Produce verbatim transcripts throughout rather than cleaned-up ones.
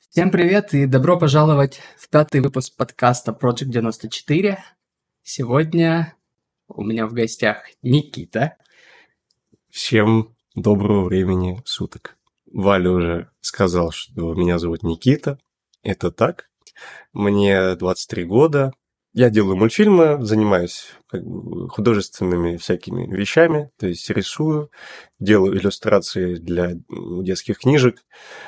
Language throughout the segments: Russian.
Всем привет и добро пожаловать в пятый выпуск подкаста Project девяносто четыре. Сегодня у меня в гостях Никита. Всем доброго времени суток. Валя уже сказал, что меня зовут Никита. Это так. Мне двадцать три года. Я делаю мультфильмы, занимаюсь как бы художественными всякими вещами, то есть рисую, делаю иллюстрации для детских книжек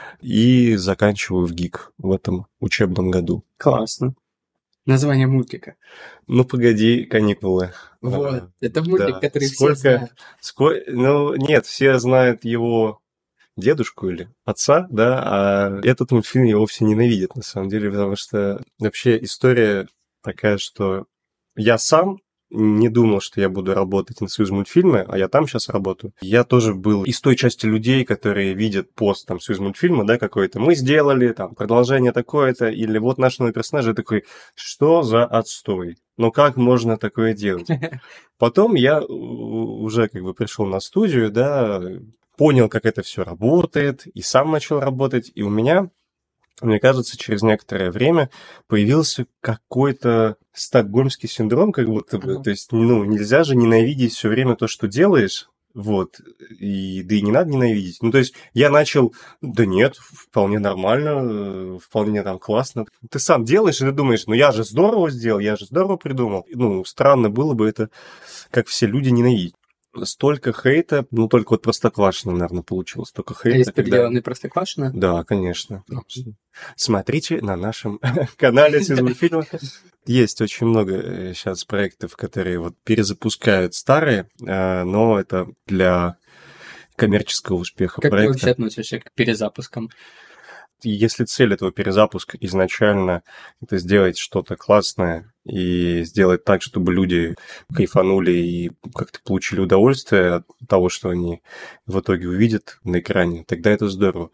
и заканчиваю в ГИК в этом учебном году. Классно. Название мультика. Ну, погоди, каникулы. Вот, А, это мультик, да. который Сколько, все знают. Сколько, ну, нет, все знают его дедушку или отца, да, а этот мультфильм его вовсе ненавидят, на самом деле, потому что вообще история такая, что я сам не думал, что я буду работать на Союзмультфильме, а я там сейчас работаю. Я тоже был из той части людей, которые видят пост там Союзмультфильма, да, какой-то. Мы сделали там продолжение такое-то, или вот наш новый персонаж, я такой, что за отстой? Ну как можно такое делать? Потом я уже как бы пришел на студию, да, понял, как это все работает, и сам начал работать, и у меня, мне кажется, через некоторое время появился какой-то стокгольмский синдром, как будто бы. Uh-huh. То есть, ну, нельзя же ненавидеть все время то, что делаешь, вот, и, да и не надо ненавидеть. Ну, то есть, я начал, да нет, вполне нормально, вполне там классно. Ты сам делаешь, и ты думаешь, ну, я же здорово сделал, я же здорово придумал. Ну, странно было бы это, как все люди, ненавидеть. Столько хейта, ну, только вот Простоквашино, наверное, получилось. Столько хейта. А есть когда... переделанный Простоквашино? Да, конечно. Смотрите на нашем канале Союзмультфильма. Есть очень много сейчас проектов, которые вот перезапускают старые, но это для коммерческого успеха как проекта. Как ты вообще относишься к перезапускам? Если цель этого перезапуска изначально это сделать что-то классное и сделать так, чтобы люди кайфанули и как-то получили удовольствие от того, что они в итоге увидят на экране, тогда это здорово.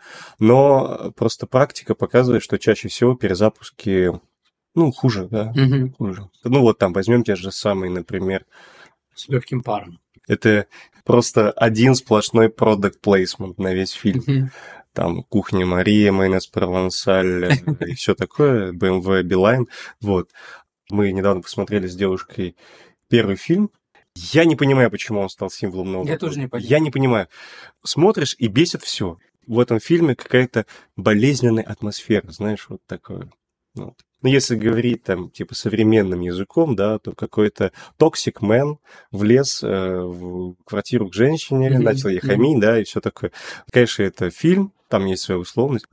Но просто практика показывает, что чаще всего перезапуски, ну, хуже, да, угу. хуже. Ну, вот там возьмем те же самые, например... С легким паром. Это просто один сплошной product placement на весь фильм. Угу. Там «Кухня Мария», «Майонез Провансаль» и все такое, бэ эм вэ Билайн. Вот. Мы недавно посмотрели с девушкой первый фильм. Я не понимаю, почему он стал символом Нового года. Я тоже не понимаю. Я не понимаю. Смотришь, и бесит все. В этом фильме какая-то болезненная атмосфера, знаешь, вот такое. Вот. Ну, если говорить там, типа, современным языком, да, то какой-то toxic man влез э, в квартиру к женщине, mm-hmm. начал ей хамить, mm-hmm. да, и все такое. Конечно, это фильм, там есть своя условность.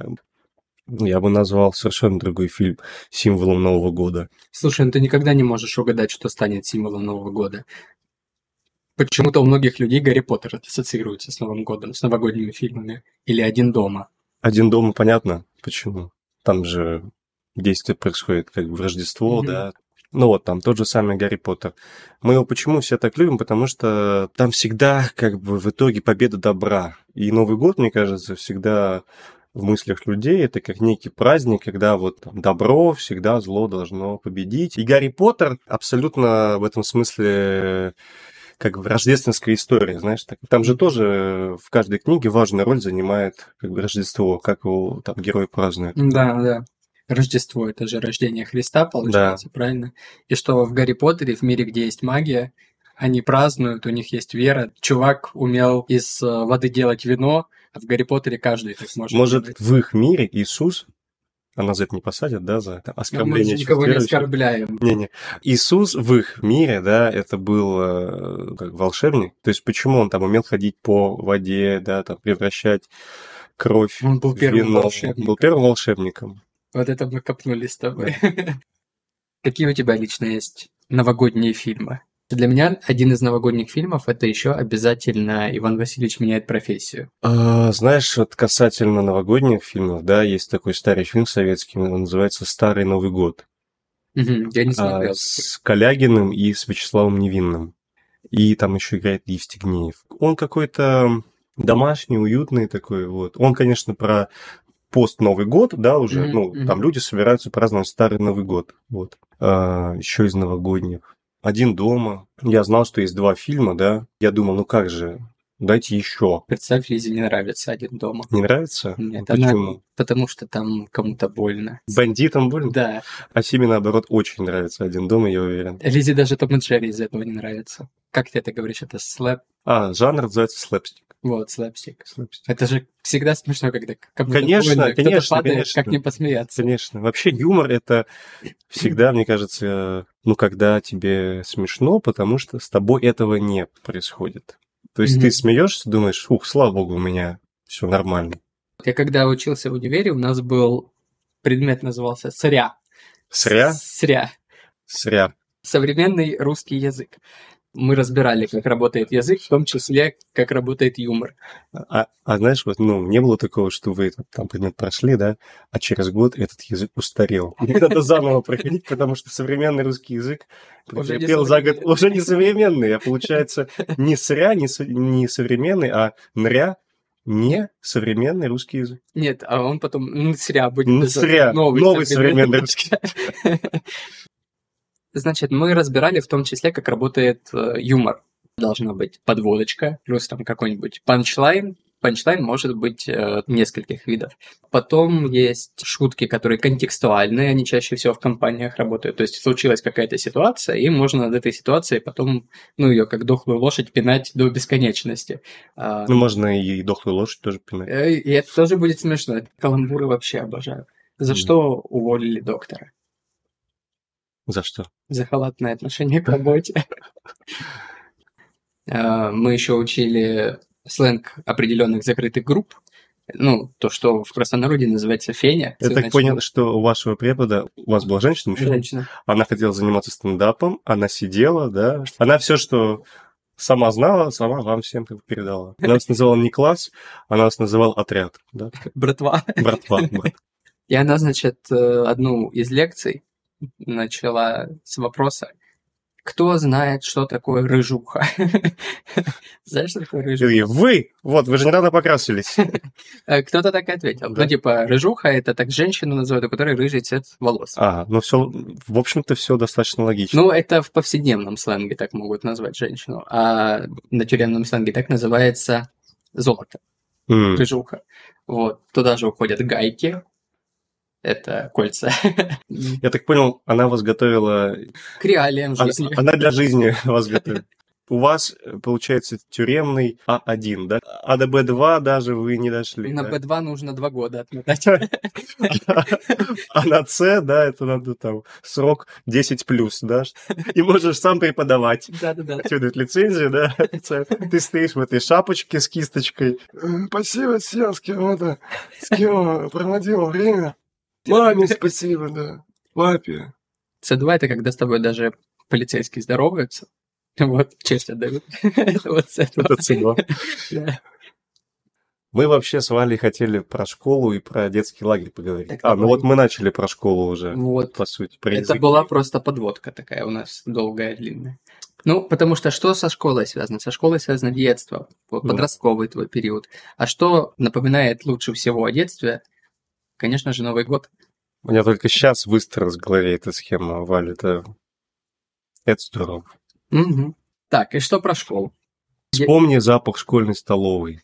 Я бы назвал совершенно другой фильм символом Нового года. Слушай, ну ты никогда не можешь угадать, что станет символом Нового года. Почему-то у многих людей Гарри Поттер ассоциируется с Новым годом, с новогодними фильмами. Или «Один дома». «Один дома» понятно, почему. Там же действие происходит как бы в Рождество, mm-hmm. да. Ну вот, там тот же самый Гарри Поттер. Мы его почему все так любим? Потому что там всегда как бы в итоге победа добра. И Новый год, мне кажется, всегда в мыслях людей это как некий праздник, когда вот там, добро, всегда зло должно победить. И Гарри Поттер абсолютно в этом смысле как бы рождественская история, знаешь. Так. Там же тоже в каждой книге важную роль занимает как бы Рождество, как его там герой празднует. Да, да. Рождество – это же рождение Христа, получается, да. Правильно? И что в Гарри Поттере, в мире, где есть магия, они празднуют, у них есть вера. Чувак умел из воды делать вино, а в Гарри Поттере каждый так может. Может, делать. В их мире Иисус, а нас за это не посадят, да, за там, оскорбление? Мы никого не оскорбляем. Не-не. Иисус в их мире, да, это был как волшебник. То есть почему он там умел ходить по воде, да, там превращать кровь он был в первым вино. волшебником. Был первым волшебником. Вот это мы копнули с тобой. Да. Какие у тебя лично есть новогодние фильмы? Для меня один из новогодних фильмов – это еще обязательно «Иван Васильевич меняет профессию». А, знаешь, вот касательно новогодних фильмов, да, есть такой старый фильм советский, он называется «Старый Новый год». Угу, я не смотрел. А, с Калягиным и с Вячеславом Невинным. И там еще играет Евстигнеев. Он какой-то домашний, уютный такой, вот. Он, конечно, про пост-Новый год, да, уже, mm-hmm. ну, там люди собираются праздновать Старый Новый год, вот. А, еще из новогодних. «Один дома». Я знал, что есть два фильма, да. Я думал, ну как же, дайте еще. Представь, Лизе не нравится «Один дома». Не нравится? Нет, Почему? она... Потому что там кому-то больно. Бандитам больно? Да. А Симе, наоборот, очень нравится «Один дома», я уверен. Лизе даже Том и Джерри из этого не нравится. Как ты это говоришь? Это слэп? А, жанр называется слэпстик. Вот, слэпстик. слэпстик. Это же всегда смешно, когда кому-то конечно, больно, конечно, кто-то падает, конечно. как не посмеяться. Конечно. Вообще юмор — это всегда, мне кажется, ну, когда тебе смешно, потому что с тобой этого не происходит. То есть mm-hmm. ты смеешься, думаешь, ух, слава богу, у меня все нормально. Я когда учился в универе, у нас был предмет, назывался СРЯ. СРЯ? СРЯ. СРЯ. Современный русский язык. Мы разбирали, как работает язык, в том числе, как работает юмор. А, а знаешь, вот, ну, не было такого, что вы этот, там предмет прошли, да, а через год этот язык устарел. Надо заново проходить, потому что современный русский язык претерпел за год уже не современный, а получается не сря, не, со, не современный, а нря, не современный русский язык. Нет, а он потом нсря будет. Нсря, новый, новый современный русский язык. Значит, мы разбирали в том числе, как работает э, юмор. Должна быть подводочка, плюс там какой-нибудь панчлайн. Панчлайн может быть э, нескольких видов. Потом есть шутки, которые контекстуальные, они чаще всего в компаниях работают. То есть случилась какая-то ситуация, и можно над этой ситуацией потом, ну, ее как дохлую лошадь пинать до бесконечности. Ну, можно и дохлую лошадь тоже пинать. И это тоже будет смешно. Каламбуры вообще обожаю. За mm. что уволили доктора? За что? За халатное отношение к работе. Мы еще учили сленг определенных закрытых групп. Ну, то, что в простонародье называется феня. Я так понял, что у вашего препода, у вас была женщина, мужчина? Женщина. Она хотела заниматься стендапом, она сидела, да. Она все, что сама знала, сама вам всем как бы передала. Она вас называла не класс, она вас называла отряд, да? Братва. Братва, брат. И она, значит, одну из лекций начала с вопроса: кто знает, что такое рыжуха? Знаешь, что такое рыжуха? И вы! Вот, вы же недавно покрасились. Кто-то так и ответил. Да? Ну, типа, рыжуха — это так женщину называют, у которой рыжий цвет волос. А, ну все, в общем-то, все достаточно логично. Ну, это в повседневном сленге так могут назвать женщину, а на тюремном сленге так называется золото. Mm. Рыжуха. Вот. Туда же уходят гайки. Это кольца. Я так понял, она вас готовила... К реалиям жизни. Она для жизни вас готовит. У вас, получается, тюремный А один, да? А до Б два даже вы не дошли. На да? Б два нужно два года отмотать. А на С, да, это надо там срок десять плюс, да? И можешь сам преподавать. Да-да-да. Тебе дают лицензию, да? Ты стоишь в этой шапочке с кисточкой. Спасибо всем, с кем это, с кем проводил время. Маме спасибо, да. Папе. С два — это когда с тобой даже полицейские здороваются. Вот, честь отдают. Это вот С два. Это С два. Мы вообще с Валей хотели про школу и про детский лагерь поговорить. Так, а, ну вот мы начали про школу уже, вот. По сути. Про это язык. Была просто подводка такая у нас, долгая, длинная. Ну, потому что что со школой связано? Со школой связано детство, подростковый твой период. А что напоминает лучше всего о детстве? Конечно же, Новый год. У меня только сейчас выстроилась в голове эта схема, Валя. Это, это здорово. Угу. Так, и что про школу? Вспомни Я... запах школьной столовой.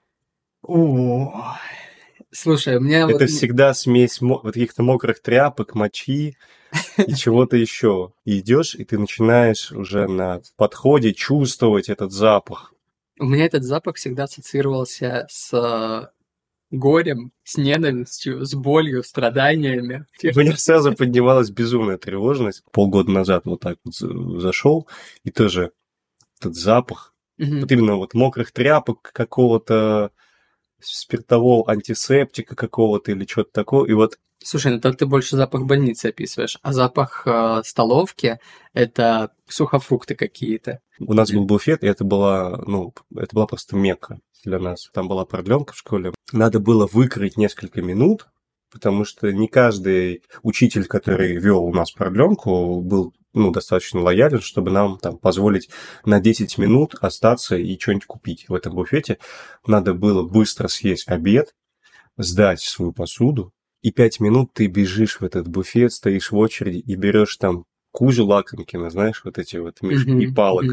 О, слушай, у меня... Это вот... всегда смесь мо... каких-то мокрых тряпок, мочи и чего-то еще. И идешь, и ты начинаешь уже на подходе чувствовать этот запах. У меня этот запах всегда ассоциировался с... горем, с ненавистью, с болью, страданиями. У меня сразу поднималась безумная тревожность. Полгода назад вот так вот зашел, и тоже этот запах, угу. вот именно вот мокрых тряпок, какого-то спиртового антисептика какого-то или что-то такое, и вот... Слушай, ну так ты больше запах больницы описываешь, а запах э, столовки — это сухофрукты какие-то. У нас был буфет, и это была, ну, это была просто мекка для нас. Там была продленка в школе. Надо было выкрыть несколько минут, потому что не каждый учитель, который вел у нас продленку, был, ну, достаточно лоялен, чтобы нам там позволить на десять минут остаться и что-нибудь купить в этом буфете. Надо было быстро съесть обед, сдать свою посуду, и пять минут ты бежишь в этот буфет, стоишь в очереди и берешь там кузю лакомкина, знаешь, вот эти вот мешки mm-hmm. палок mm-hmm. этих.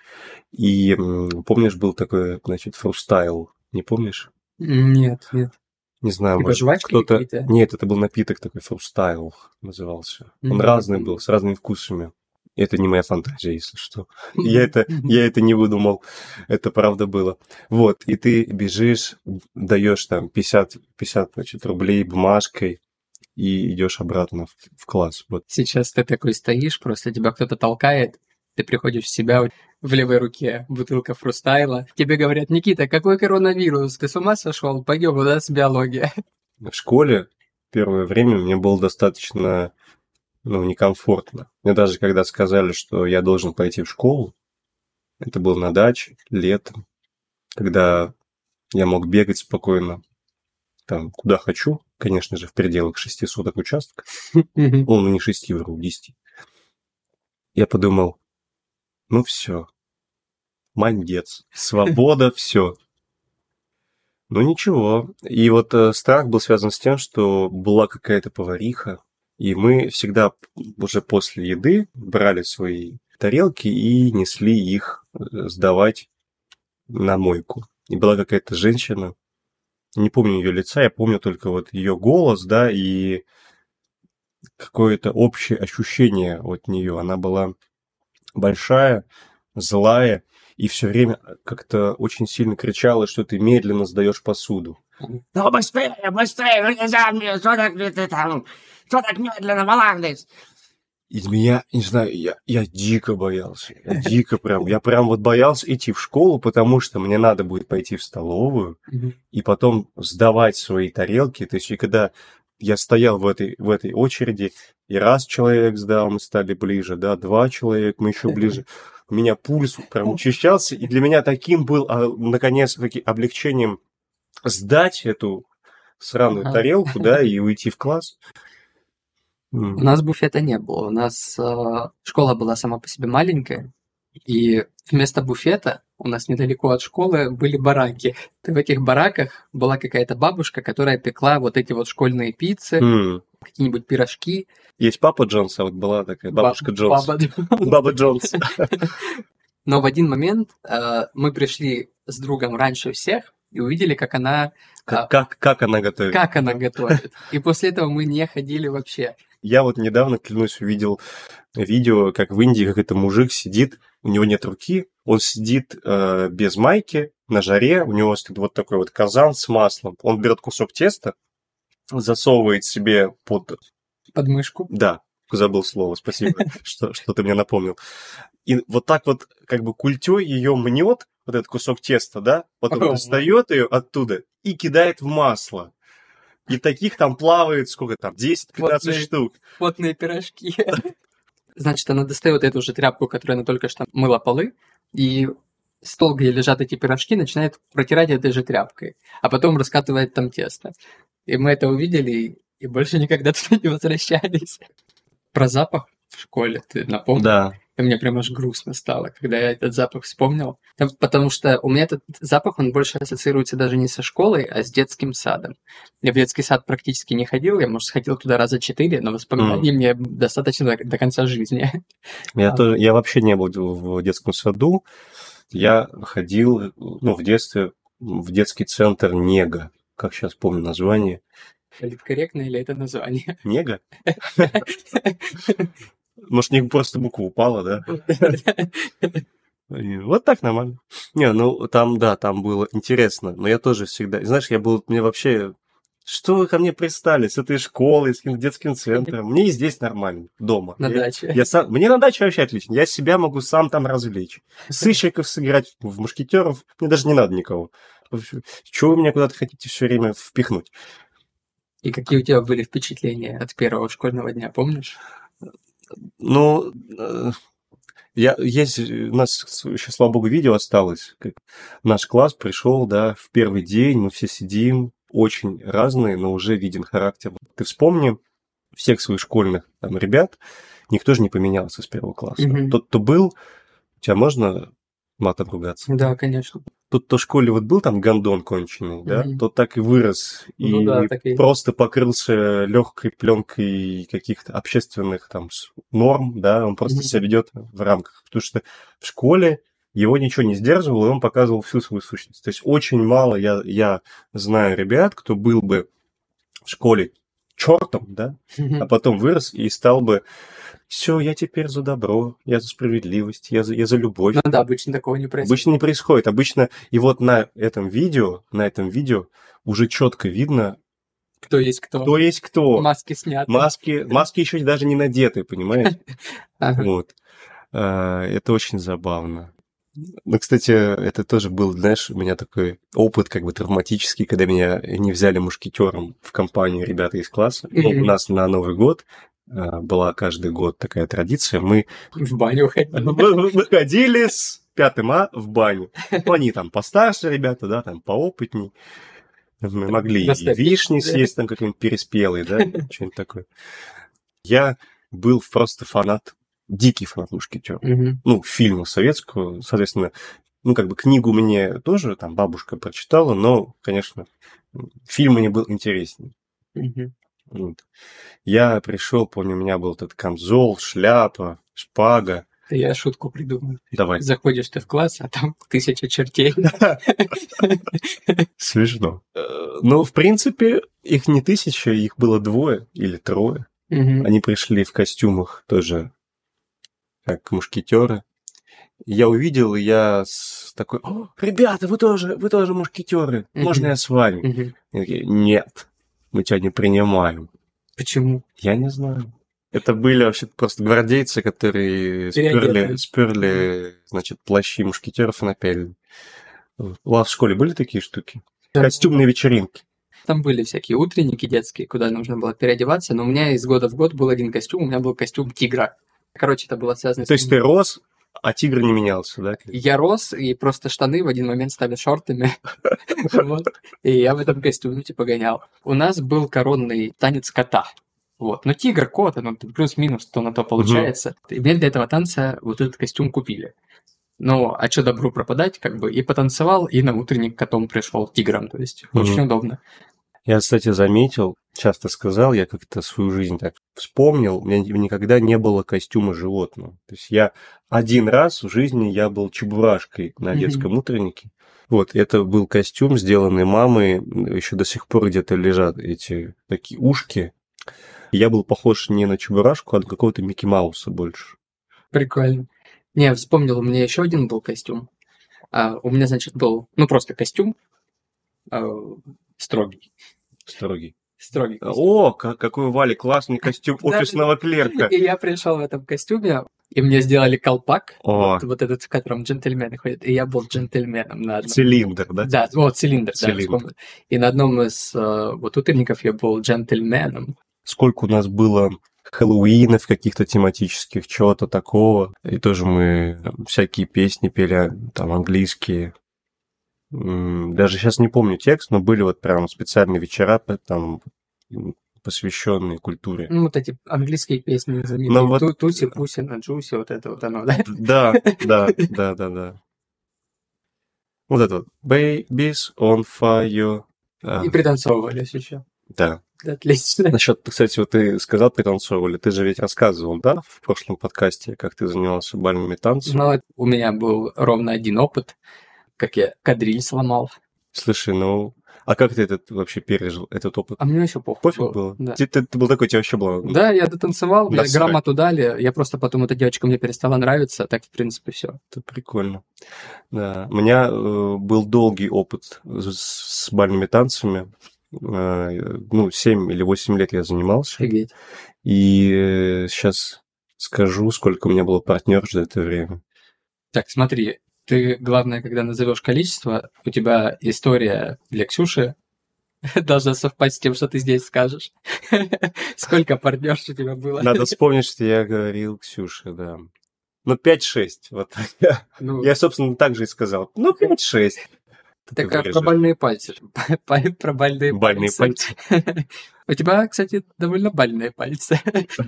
И м, помнишь, был такой, значит, фрустайл, не помнишь? Нет, нет. Не знаю, Типа может, жвачки кто-то... какие-то? Нет, это был напиток такой, фрустайл назывался. Он М, разный м. был, с разными вкусами. Это не моя фантазия, если что. Я это, я это не выдумал. Это правда было. Вот, и ты бежишь, даешь там пятьдесят, пятьдесят значит, рублей бумажкой и идешь обратно в, в класс. Вот. Сейчас ты такой стоишь, просто тебя кто-то толкает, ты приходишь в себя, в левой руке бутылка фрустайла. Тебе говорят: Никита, какой коронавирус? Ты с ума сошел? Пойдем, у нас биология. В школе первое время мне было достаточно, ну, некомфортно. Мне даже когда сказали, что я должен пойти в школу, это было на даче, летом, когда я мог бегать спокойно, там, куда хочу, конечно же, в пределах шести соток участка. Мгм. Он не шести, вру, десяти. Я подумал, ну все, мандец, свобода, все. Ну ничего. И вот э, страх был связан с тем, что была какая-то повариха, и мы всегда уже после еды брали свои тарелки и несли их э, сдавать на мойку. И была какая-то женщина, не помню ее лица, я помню только вот ее голос, да, и какое-то общее ощущение от нее. Она была большая, злая, и все время как-то очень сильно кричала, что ты медленно сдаешь посуду. Ну быстрее, быстрее, ну нельзя мне, что так ты там, что так медленно, баландис? Из меня, не знаю, я, я дико боялся. Я дико прям, я прям вот боялся идти в школу, потому что мне надо будет пойти в столовую Мгм. и потом сдавать свои тарелки. То есть, и когда я стоял в этой, в этой очереди, и раз человек сдал, мы стали ближе, да, два человека, мы еще ближе. У меня пульс прям учащался, и для меня таким был, а, наконец-таки, облегчением сдать эту сраную Ага. тарелку, да, и уйти в класс. У М. нас буфета не было. У нас э, школа была сама по себе маленькая, и вместо буфета у нас недалеко от школы были бараки. И в этих бараках была какая-то бабушка, которая пекла вот эти вот школьные пиццы, М. какие-нибудь пирожки. Есть папа Джонс, а вот была такая бабушка Ба- Джонс. Баба Джонс. Баба Джонс. Но в один момент э, мы пришли с другом раньше всех и увидели, как она, Как, как, как она готовит? как она готовит. И после этого мы не ходили вообще. Я вот недавно, клянусь, увидел видео, как в Индии какой-то мужик сидит, у него нет руки, он сидит э, без майки на жаре, у него стоит вот такой вот казан с маслом. Он берет кусок теста, засовывает себе под... Подмышку. Да, забыл слово, спасибо, что, что ты мне напомнил. И вот так вот как бы культей ее мнет, вот этот кусок теста, да, потом Ого. достает ее оттуда и кидает в масло. И таких там плавает, сколько там, десять-пятнадцать Плотные. штук. Потные пирожки. Значит, она достает эту же тряпку, которую она только что мыла полы, и стол, где лежат эти пирожки, начинает протирать этой же тряпкой, а потом раскатывает там тесто. И мы это увидели, и- и больше никогда туда не возвращались. Про запах в школе ты напомнил? Да. И мне прям аж грустно стало, когда я этот запах вспомнил. Там- Потому что у меня этот запах, он больше ассоциируется даже не со школой, а с детским садом. Я в детский сад практически не ходил, я, может, сходил туда раза четыре, но воспоминаний мне достаточно до, до конца жизни. Я, А. тоже, я вообще не был в детском саду. Я ходил, ну, в детстве в детский центр «Нега». Как сейчас помню название. Политкорректно или это название? «Нега»? Может, не просто буква упала, да? И вот так нормально. Не, ну там, да, там было интересно. Но я тоже всегда... Знаешь, я был... Мне вообще... Что вы ко мне пристали с этой школой, с каким-то детским центром? Мне и здесь нормально, дома. На Я- даче. Я сам... Мне на даче вообще отлично. Я себя могу сам там развлечь. Сыщиков сыграть, в мушкетеров. Мне даже не надо никого. Чего вы меня куда-то хотите все время впихнуть? И какие у тебя были впечатления от первого школьного дня, помнишь? Ну, э, я, есть, у нас еще, слава богу, видео осталось. Как наш класс пришел, да, в первый день, мы все сидим, очень разные, но уже виден характер. Ты вспомни всех своих школьных там ребят, никто же не поменялся с первого класса. Мгм. Тот, кто был, у тебя можно матом ругаться? Да, конечно. Тот, кто в школе вот был там гондон конченый, да, Мгм. тот так и вырос. Ну и да, так и- просто покрылся легкой пленкой каких-то общественных там с- норм, да, он просто Мгм. себя ведет в рамках. Потому что в школе его ничего не сдерживало, и он показывал всю свою сущность. То есть очень мало я, я знаю ребят, кто был бы в школе чертом, да, а потом вырос и стал бы: все, я теперь за добро, я за справедливость, я за, я за любовь. Ну да, обычно такого не происходит. Обычно не происходит. Обычно, и вот на этом видео, на этом видео уже четко видно, кто есть кто. Кто есть кто. Маски сняты. Маски, маски еще даже не надеты, понимаешь? Ага. Вот. Это очень забавно. Ну, кстати, это тоже был, знаешь, у меня такой опыт как бы травматический, когда меня не взяли мушкетером в компанию ребята из класса. Mm-hmm. Ну, у нас на Новый год была каждый год такая традиция. Мы в баню ходили. Мы ходили с пятым А в баню. Ну, они там постарше ребята, да, там поопытней. Мы могли и вишни съесть, там какой-нибудь переспелый, да, что-нибудь такое. Я был просто фанат, дикий фанат мушкетера. Угу. Ну, фильма советского, соответственно, ну, как бы книгу мне тоже там бабушка прочитала, но, конечно, фильм мне был интереснее. Угу. Вот. Я пришел, помню, у меня был этот камзол, шляпа, шпага. Я шутку придумаю. Давай. Заходишь ты в класс, а там тысяча чертей. Смешно. Ну, в принципе, их не тысяча, их было двое или трое. Угу. Они пришли в костюмах тоже, как мушкетеры. Я увидел, и я с такой: о, ребята, вы тоже, вы тоже мушкетеры. Можно я с вами? Угу. И такие: нет, мы тебя не принимаем. Почему? Я не знаю. Это были вообще просто гвардейцы, которые сперли, сперли, значит, плащи мушкетеров и напялили. У вас в школе были такие штуки? Да. Костюмные вечеринки? Там были всякие утренники детские, куда нужно было переодеваться, но у меня из года в год был один костюм, у меня был костюм тигра. Короче, это было связано То с... есть ты рос, а тигр не менялся, да? Я рос, и просто штаны в один момент стали шортами. И я в этом костюме типа гонял. У нас был коронный танец кота. Вот. Но тигр, кот, ну, плюс-минус, то на то получается. И мне для этого танца вот этот костюм купили. Ну, а что добру пропадать, как бы, и потанцевал, и на утренник котом пришел тигром, то есть mm-hmm. очень удобно. Я, кстати, заметил, часто сказал, я как-то свою жизнь так вспомнил, у меня никогда не было костюма животного. То есть я один раз в жизни я был чебурашкой на mm-hmm. детском утреннике. Вот, это был костюм, сделанный мамой, еще до сих пор где-то лежат эти такие ушки. Я был похож не на чебурашку, а на какого-то Микки Мауса больше. Прикольно. Не, вспомнил, у меня еще один был костюм. А, у меня, значит, был, ну, просто костюм а, строгий. Строгий. Строгий костюм. О, как, какой у Вали классный костюм офисного клерка. И я пришел в этом костюме, и мне сделали колпак, вот, вот этот, в котором джентльмены ходят, и я был джентльменом на одном. Цилиндр, да? Да, вот, цилиндр, цилиндр. да, вспомнил. И на одном из вот утренников я был джентльменом. Сколько у нас было хэллоуинов каких-то тематических, чего-то такого. И тоже мы всякие песни пели, там, английские. Даже сейчас не помню текст, но были вот прям специальные вечера, там, посвященные культуре. Ну, вот эти английские песни, знаменитые. Вот... Туси, Пуси, на Джуси, вот это вот оно, да? Да, да, да, да, да. Вот это вот. Babies on fire. И пританцовывались еще. Да. Отлично. Насчет, кстати, вот ты сказал пританцовывали, ты же ведь рассказывал, да, в прошлом подкасте, как ты занимался бальными танцами? Ну, у меня был ровно один опыт, как я кадриль сломал. Слушай, ну, а как ты этот вообще пережил, этот опыт? А мне вообще похуй Пофиг было. было? Да. Ты, ты, ты был такой, тебе вообще было? Да, я дотанцевал, мне Насрать. грамоту дали, я просто потом, эта девочка мне перестала нравиться, так, в принципе, все. Это прикольно. Да, у меня э, был долгий опыт с, с бальными танцами. Ну, семь или восемь лет я занимался. Офигеть. И сейчас скажу, сколько у меня было партнеров за это время. Так, смотри, ты, главное, когда назовешь количество, у тебя история для Ксюши должна совпасть с тем, что ты здесь скажешь. Сколько партнерш у тебя было? Надо вспомнить, что я говорил Ксюше, да. Ну, пять-шесть. Вот так. Ну, я, собственно, так же и сказал. Ну, пять-шесть. Так, а про больные пальцы. Про больные, больные пальцы. пальцы. У тебя, кстати, довольно бальные пальцы.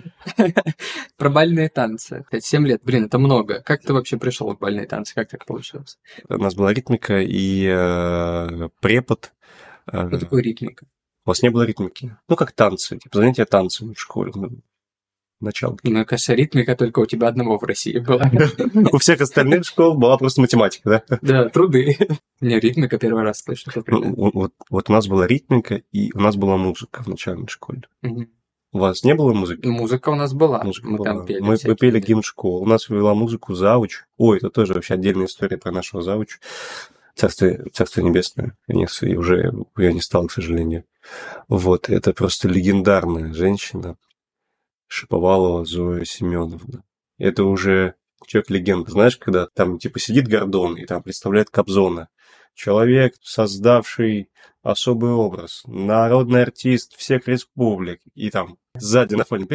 Про бальные танцы. семь лет, блин, это много. Как ты вообще пришел к бальные танцы? Как так получилось? У нас была ритмика и э, препод. Что такое ритмика? У вас не было ритмики? Ну, как танцы. Типа, занятия танцами в школе. началки. Ну, кажется, ритмика только у тебя одного в России была. У всех остальных школ была просто математика, да? Да, труды. Не, ритмика первый раз слышу. Вот у нас была ритмика, и у нас была музыка в начальной школе. У вас не было музыки? Музыка у нас была. Музыка мы была. там пели. Мы, мы пели гимн школы. У нас вела музыку завуч. Ой, это тоже вообще отдельная история про нашего завуча. Царство, царство небесное. И уже я не стал, к сожалению. Вот, это просто легендарная женщина. Шиповалова Зоя Семеновна. Это уже человек-легенда. Знаешь, когда там типа сидит Гордон и там представляет Кобзона. Человек, создавший особый образ, народный артист всех республик. И там сзади на фоне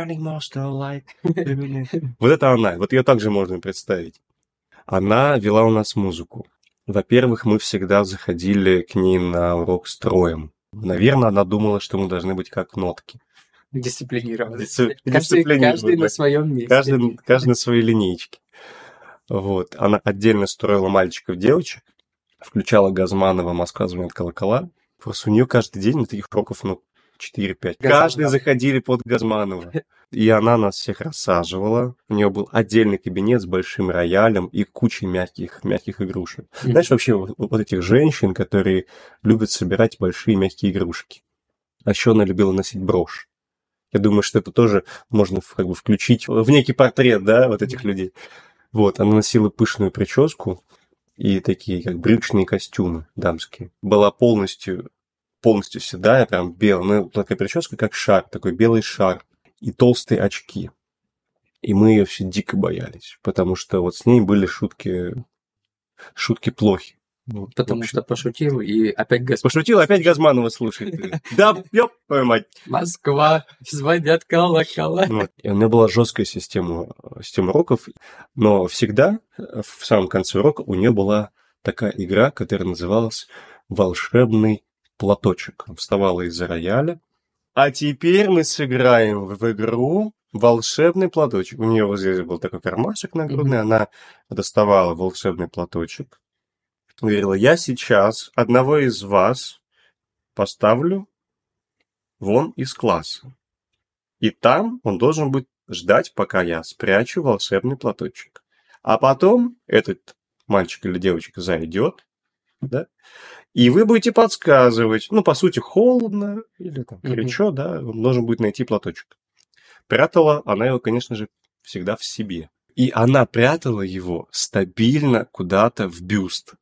вот это она. Вот ее также можно представить. Она вела у нас музыку. Во-первых, мы всегда заходили к ней на урок строем. Наверное, она думала, что мы должны быть как нотки. Дисциплинированный. Дисци... Каждый, каждый на своем месте. Каждый, каждый на своей линейке. Вот. Она отдельно строила мальчиков, девочек, включала Газманова «Москва звонит колокола». Просто у нее каждый день на таких уроков, ну, четыре-пять. Каждый заходили под Газманова. И она нас всех рассаживала. У нее был отдельный кабинет с большим роялем и кучей мягких, мягких игрушек. Mm-hmm. Знаешь, вообще вот, вот этих женщин, которые любят собирать большие мягкие игрушки. А еще она любила носить брошь. Я думаю, что это тоже можно как бы включить в некий портрет, да, вот этих людей. Вот, она носила пышную прическу и такие, как брючные костюмы дамские. Была полностью, полностью седая, прям белая. Ну, такая прическа, как шар, такой белый шар. И толстые очки. И мы ее все дико боялись, потому что вот с ней были шутки, шутки плохи. Вот, потому что пошутил, и опять Газманова. Пошутил, опять Газманова слушает. Да, ёп, твою мать. Москва, звонят колокола. Вот. И у меня была жесткая система, система уроков, но всегда в самом конце урока у нее была такая игра, которая называлась «Волшебный платочек». Вставала из-за рояля. А теперь мы сыграем в игру «Волшебный платочек». У нее вот здесь был такой кармашек нагрудный, mm-hmm. она доставала волшебный платочек. Говорила, я сейчас одного из вас поставлю вон из класса. И там он должен будет ждать, пока я спрячу волшебный платочек. А потом этот мальчик или девочка зайдет, да, и вы будете подсказывать. Ну, по сути, холодно или там горячо, mm-hmm. да, он должен будет найти платочек. Прятала она его, конечно же, всегда в себе. И она прятала его стабильно куда-то в бюст.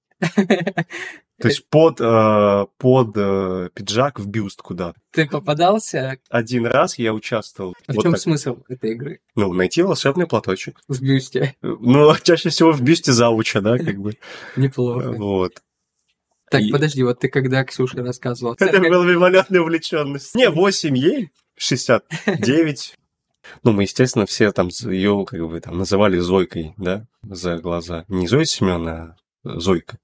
То есть под, э, под э, пиджак в бюст куда-то. Ты попадался? Один раз я участвовал. А вот в чем так. смысл этой игры? Ну, найти волшебный платочек. В бюсте? Ну, чаще всего в бюсте завуча, да, как бы. Неплохо. Вот. Так, и... подожди, вот ты когда Ксюше рассказывал... Это была мимолетная увлеченность. Не, восемь ей, шестьдесят девять. Ну, мы, естественно, все там ее, как бы, там, называли Зойкой, да, за глаза. Не Зоя Семеновна, а Зойка.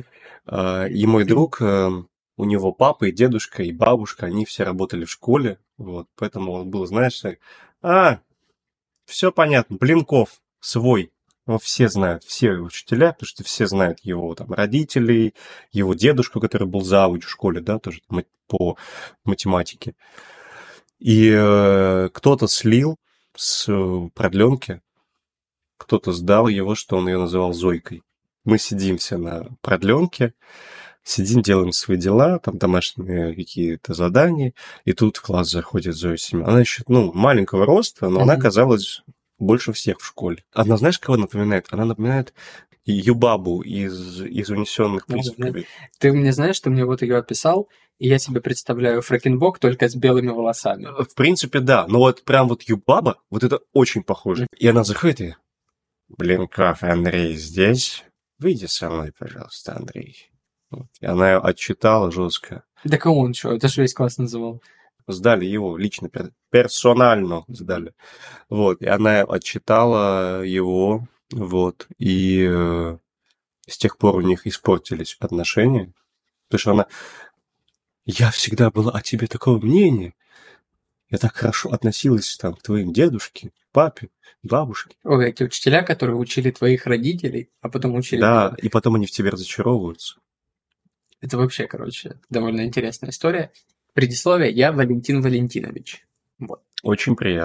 И мой друг, у него папа и дедушка, и бабушка, они все работали в школе, вот, поэтому он был, знаешь, так, а, все понятно, Блинков, свой. Ну, все знают, все учителя, потому что все знают его там родителей, его дедушку, который был завуч в школе, да, тоже по математике. И э, кто-то слил с продленки, кто-то сдал его, что он ее называл Зойкой. Мы сидимся на продленке, сидим, делаем свои дела, там домашние какие-то задания, и тут в класс заходит Зоя Семеновна. Она еще, ну, маленького роста, но mm-hmm. она казалась больше всех в школе. Она, знаешь, кого напоминает? Она напоминает Юбабу из, из «Унесенных призраками». Ты мне знаешь, ты мне вот ее описал, и я себе представляю Фрэкенбок только с белыми волосами. В принципе, да. Но вот прям вот Юбаба, вот это очень похоже. И она заходит и... Блинков Андрей здесь? Выйди со мной, пожалуйста, Андрей. Вот. И она ее отчитала жестко. Да кого он что? Это же весь класс называл. Сдали его лично, персонально сдали. Вот. И она отчитала его, вот. И э, с тех пор у них испортились отношения. Потому что она... Я всегда была о тебе такого мнения. Я так хорошо относилась там, к твоим дедушке, папе, бабушке. Ой, эти учителя, которые учили твоих родителей, а потом учили... Да, тебя. И потом они в тебе разочаровываются. Это вообще, короче, довольно интересная история. Предисловие: я Валентин Валентинович. Вот. Очень приятно.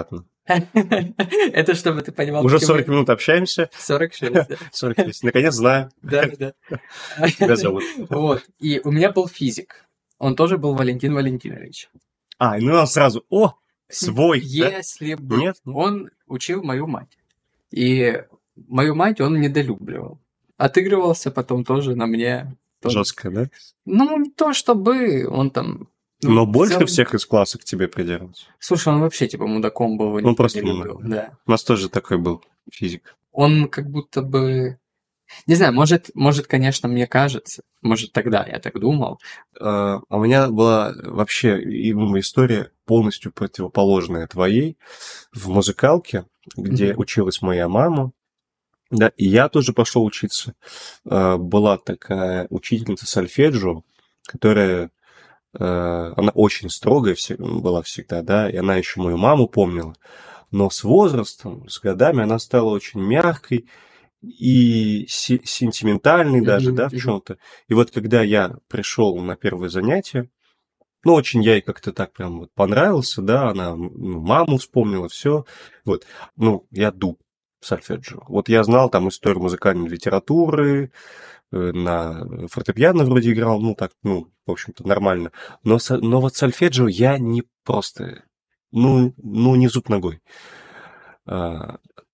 Это чтобы ты понимал... Уже почему- сорок минут общаемся. сорок шесть, да. сорок шесть. Наконец знаю, Да, да. как тебя зовут. Вот. И у меня был физик. Он тоже был Валентин Валентинович. А, ну он сразу, о, свой, да? Если бы Нет? он учил мою мать. И мою мать он недолюбливал. Отыгрывался потом тоже на мне. тоже. Жестко, да? Ну, не то чтобы он там... ну, Но в больше целом- всех из класса к тебе придерживался. Слушай, он вообще типа мудаком был. его Ну, никто просто не мудак, любил, да. У нас тоже такой был физик. Он как будто бы... Не знаю, может, может, конечно, мне кажется, может, тогда я так думал. А у меня была вообще и, ну, история полностью противоположная твоей в музыкалке, где Мгм. училась моя мама. Да, и я тоже пошел учиться. А, Была такая учительница сольфеджио, которая, э, она очень строгая все- была всегда, да, и она еще мою маму помнила. Но с возрастом, с годами она стала очень мягкой и си- сентиментальной даже, Мгм, да, в мгм. чем-то. И вот когда я пришел на первое занятие, ну, очень я ей как-то так прям вот понравился, да, она, ну, маму вспомнила, все. Вот, ну, я дуб сольфеджио. Вот я знал там историю музыкальной литературы, э, на фортепиано вроде играл, ну, так, ну, в общем-то, нормально. Но, со- но вот сольфеджио я не просто, ну, ну, не зуб ногой. А,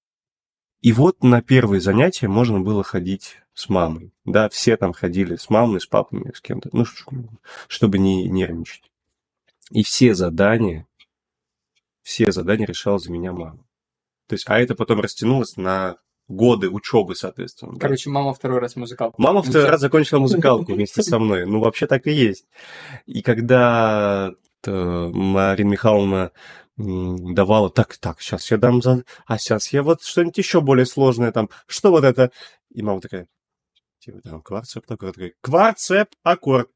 И вот на первые занятия можно было ходить с мамой. Да, все там ходили с мамой, с папой, с кем-то, ну, ш- чтобы не нервничать. И все задания, все задания решала за меня мама. То есть, а это потом растянулось на годы учебы, соответственно. да. Короче, мама второй раз музыкалку. Мама второй Ничего. раз закончила музыкалку вместе со мной. Ну, вообще так и есть. И когда э, Марина Михайловна м, давала, так, так, сейчас я дам, за... а сейчас я вот что-нибудь еще более сложное там, что вот это? И мама такая, типа, там, кварцеп, такой, такой, кварцеп, аккорд.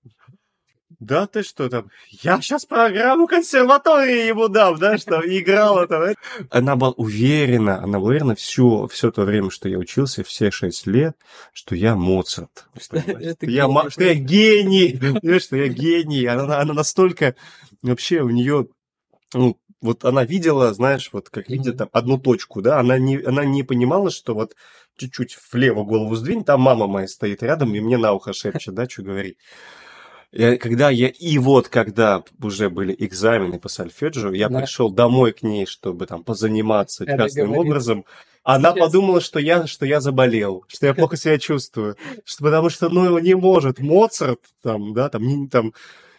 Да ты что там? Я сейчас программу консерватории ему дам, да, что играла там. э. Она была уверена, она была уверена все, все то время, что я учился, все шесть лет, что я Моцарт. понимаешь? Это Что я, гений ма- что я гений, понимаешь, что я гений. Она, она настолько, вообще у нее, ну, вот она видела, знаешь, вот как видит Мгм. там одну точку, да, она не, она не понимала, что вот чуть-чуть влево голову сдвинь, там мама моя стоит рядом и мне на ухо шепчет, да, что говорить. Я- когда я и вот когда уже были экзамены по сольфеджио, я Да. пришел домой к ней, чтобы там позаниматься Это частным говорит, образом, она сейчас- подумала, что я, что я заболел, что я плохо себя чувствую, что, потому что ну не может Моцарт там, да, там не, там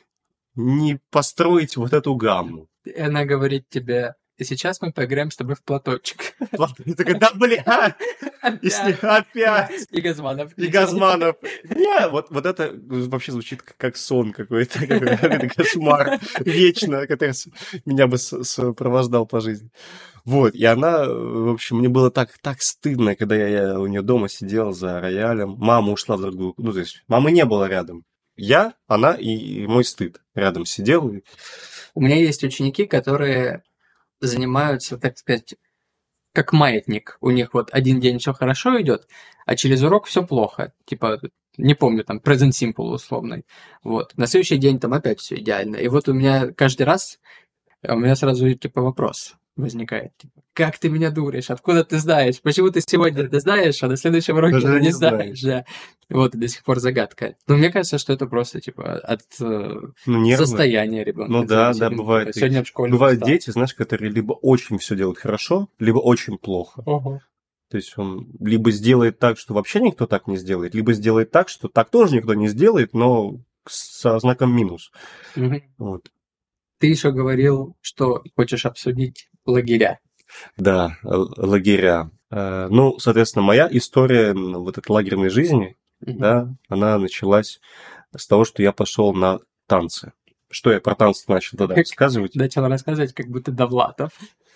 не построить вот эту гамму. И она говорит тебе, и сейчас мы поиграем с тобой в платочек. Я такой, да бля, и с ней опять. И Газманов. И Газманов. Не, вот, вот это вообще звучит как, как сон какой-то, какой-то кошмар вечно, который с- меня бы с- сопровождал по жизни. Вот, и она, в общем, мне было так, так стыдно, когда я, я у нее дома сидел за роялем. Мама ушла в другую, ну, то есть мамы не было рядом. Я, она и, и мой стыд рядом сидел. и- У меня есть ученики, которые занимаются, так сказать, как маятник. У них вот один день все хорошо идет, а через урок все плохо. Типа, не помню, там, present simple условный. Вот. На следующий день там опять все идеально. И вот у меня каждый раз, у меня сразу, типа, вопрос возникает. Типа, как ты меня дуришь? Откуда ты знаешь? Почему ты сегодня это знаешь, а на следующем уроке Даже ты не не знаешь? Да. Вот, и до сих пор загадка. Но мне кажется, что это просто, типа, от э, Ну, нервы. состояния ребенка. Ну да, зависит. да, Ну, бывает. типа, Сегодня в школе Бывают устал. дети, знаешь, которые либо очень все делают хорошо, либо очень плохо. Ого. То есть он либо сделает так, что вообще никто так не сделает, либо сделает так, что так тоже никто не сделает, но со знаком минус. Мгм. Вот. Ты еще говорил, что хочешь обсудить лагеря. Да, л- лагеря. Э, Ну, соответственно, моя история м, вот этой лагерной жизни, Мгм. да, она началась с того, что я пошел на танцы. Что я про танцы начал тогда Как- рассказывать? Начал рассказывать, как будто Довлатов.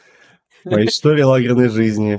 Моя история лагерной жизни.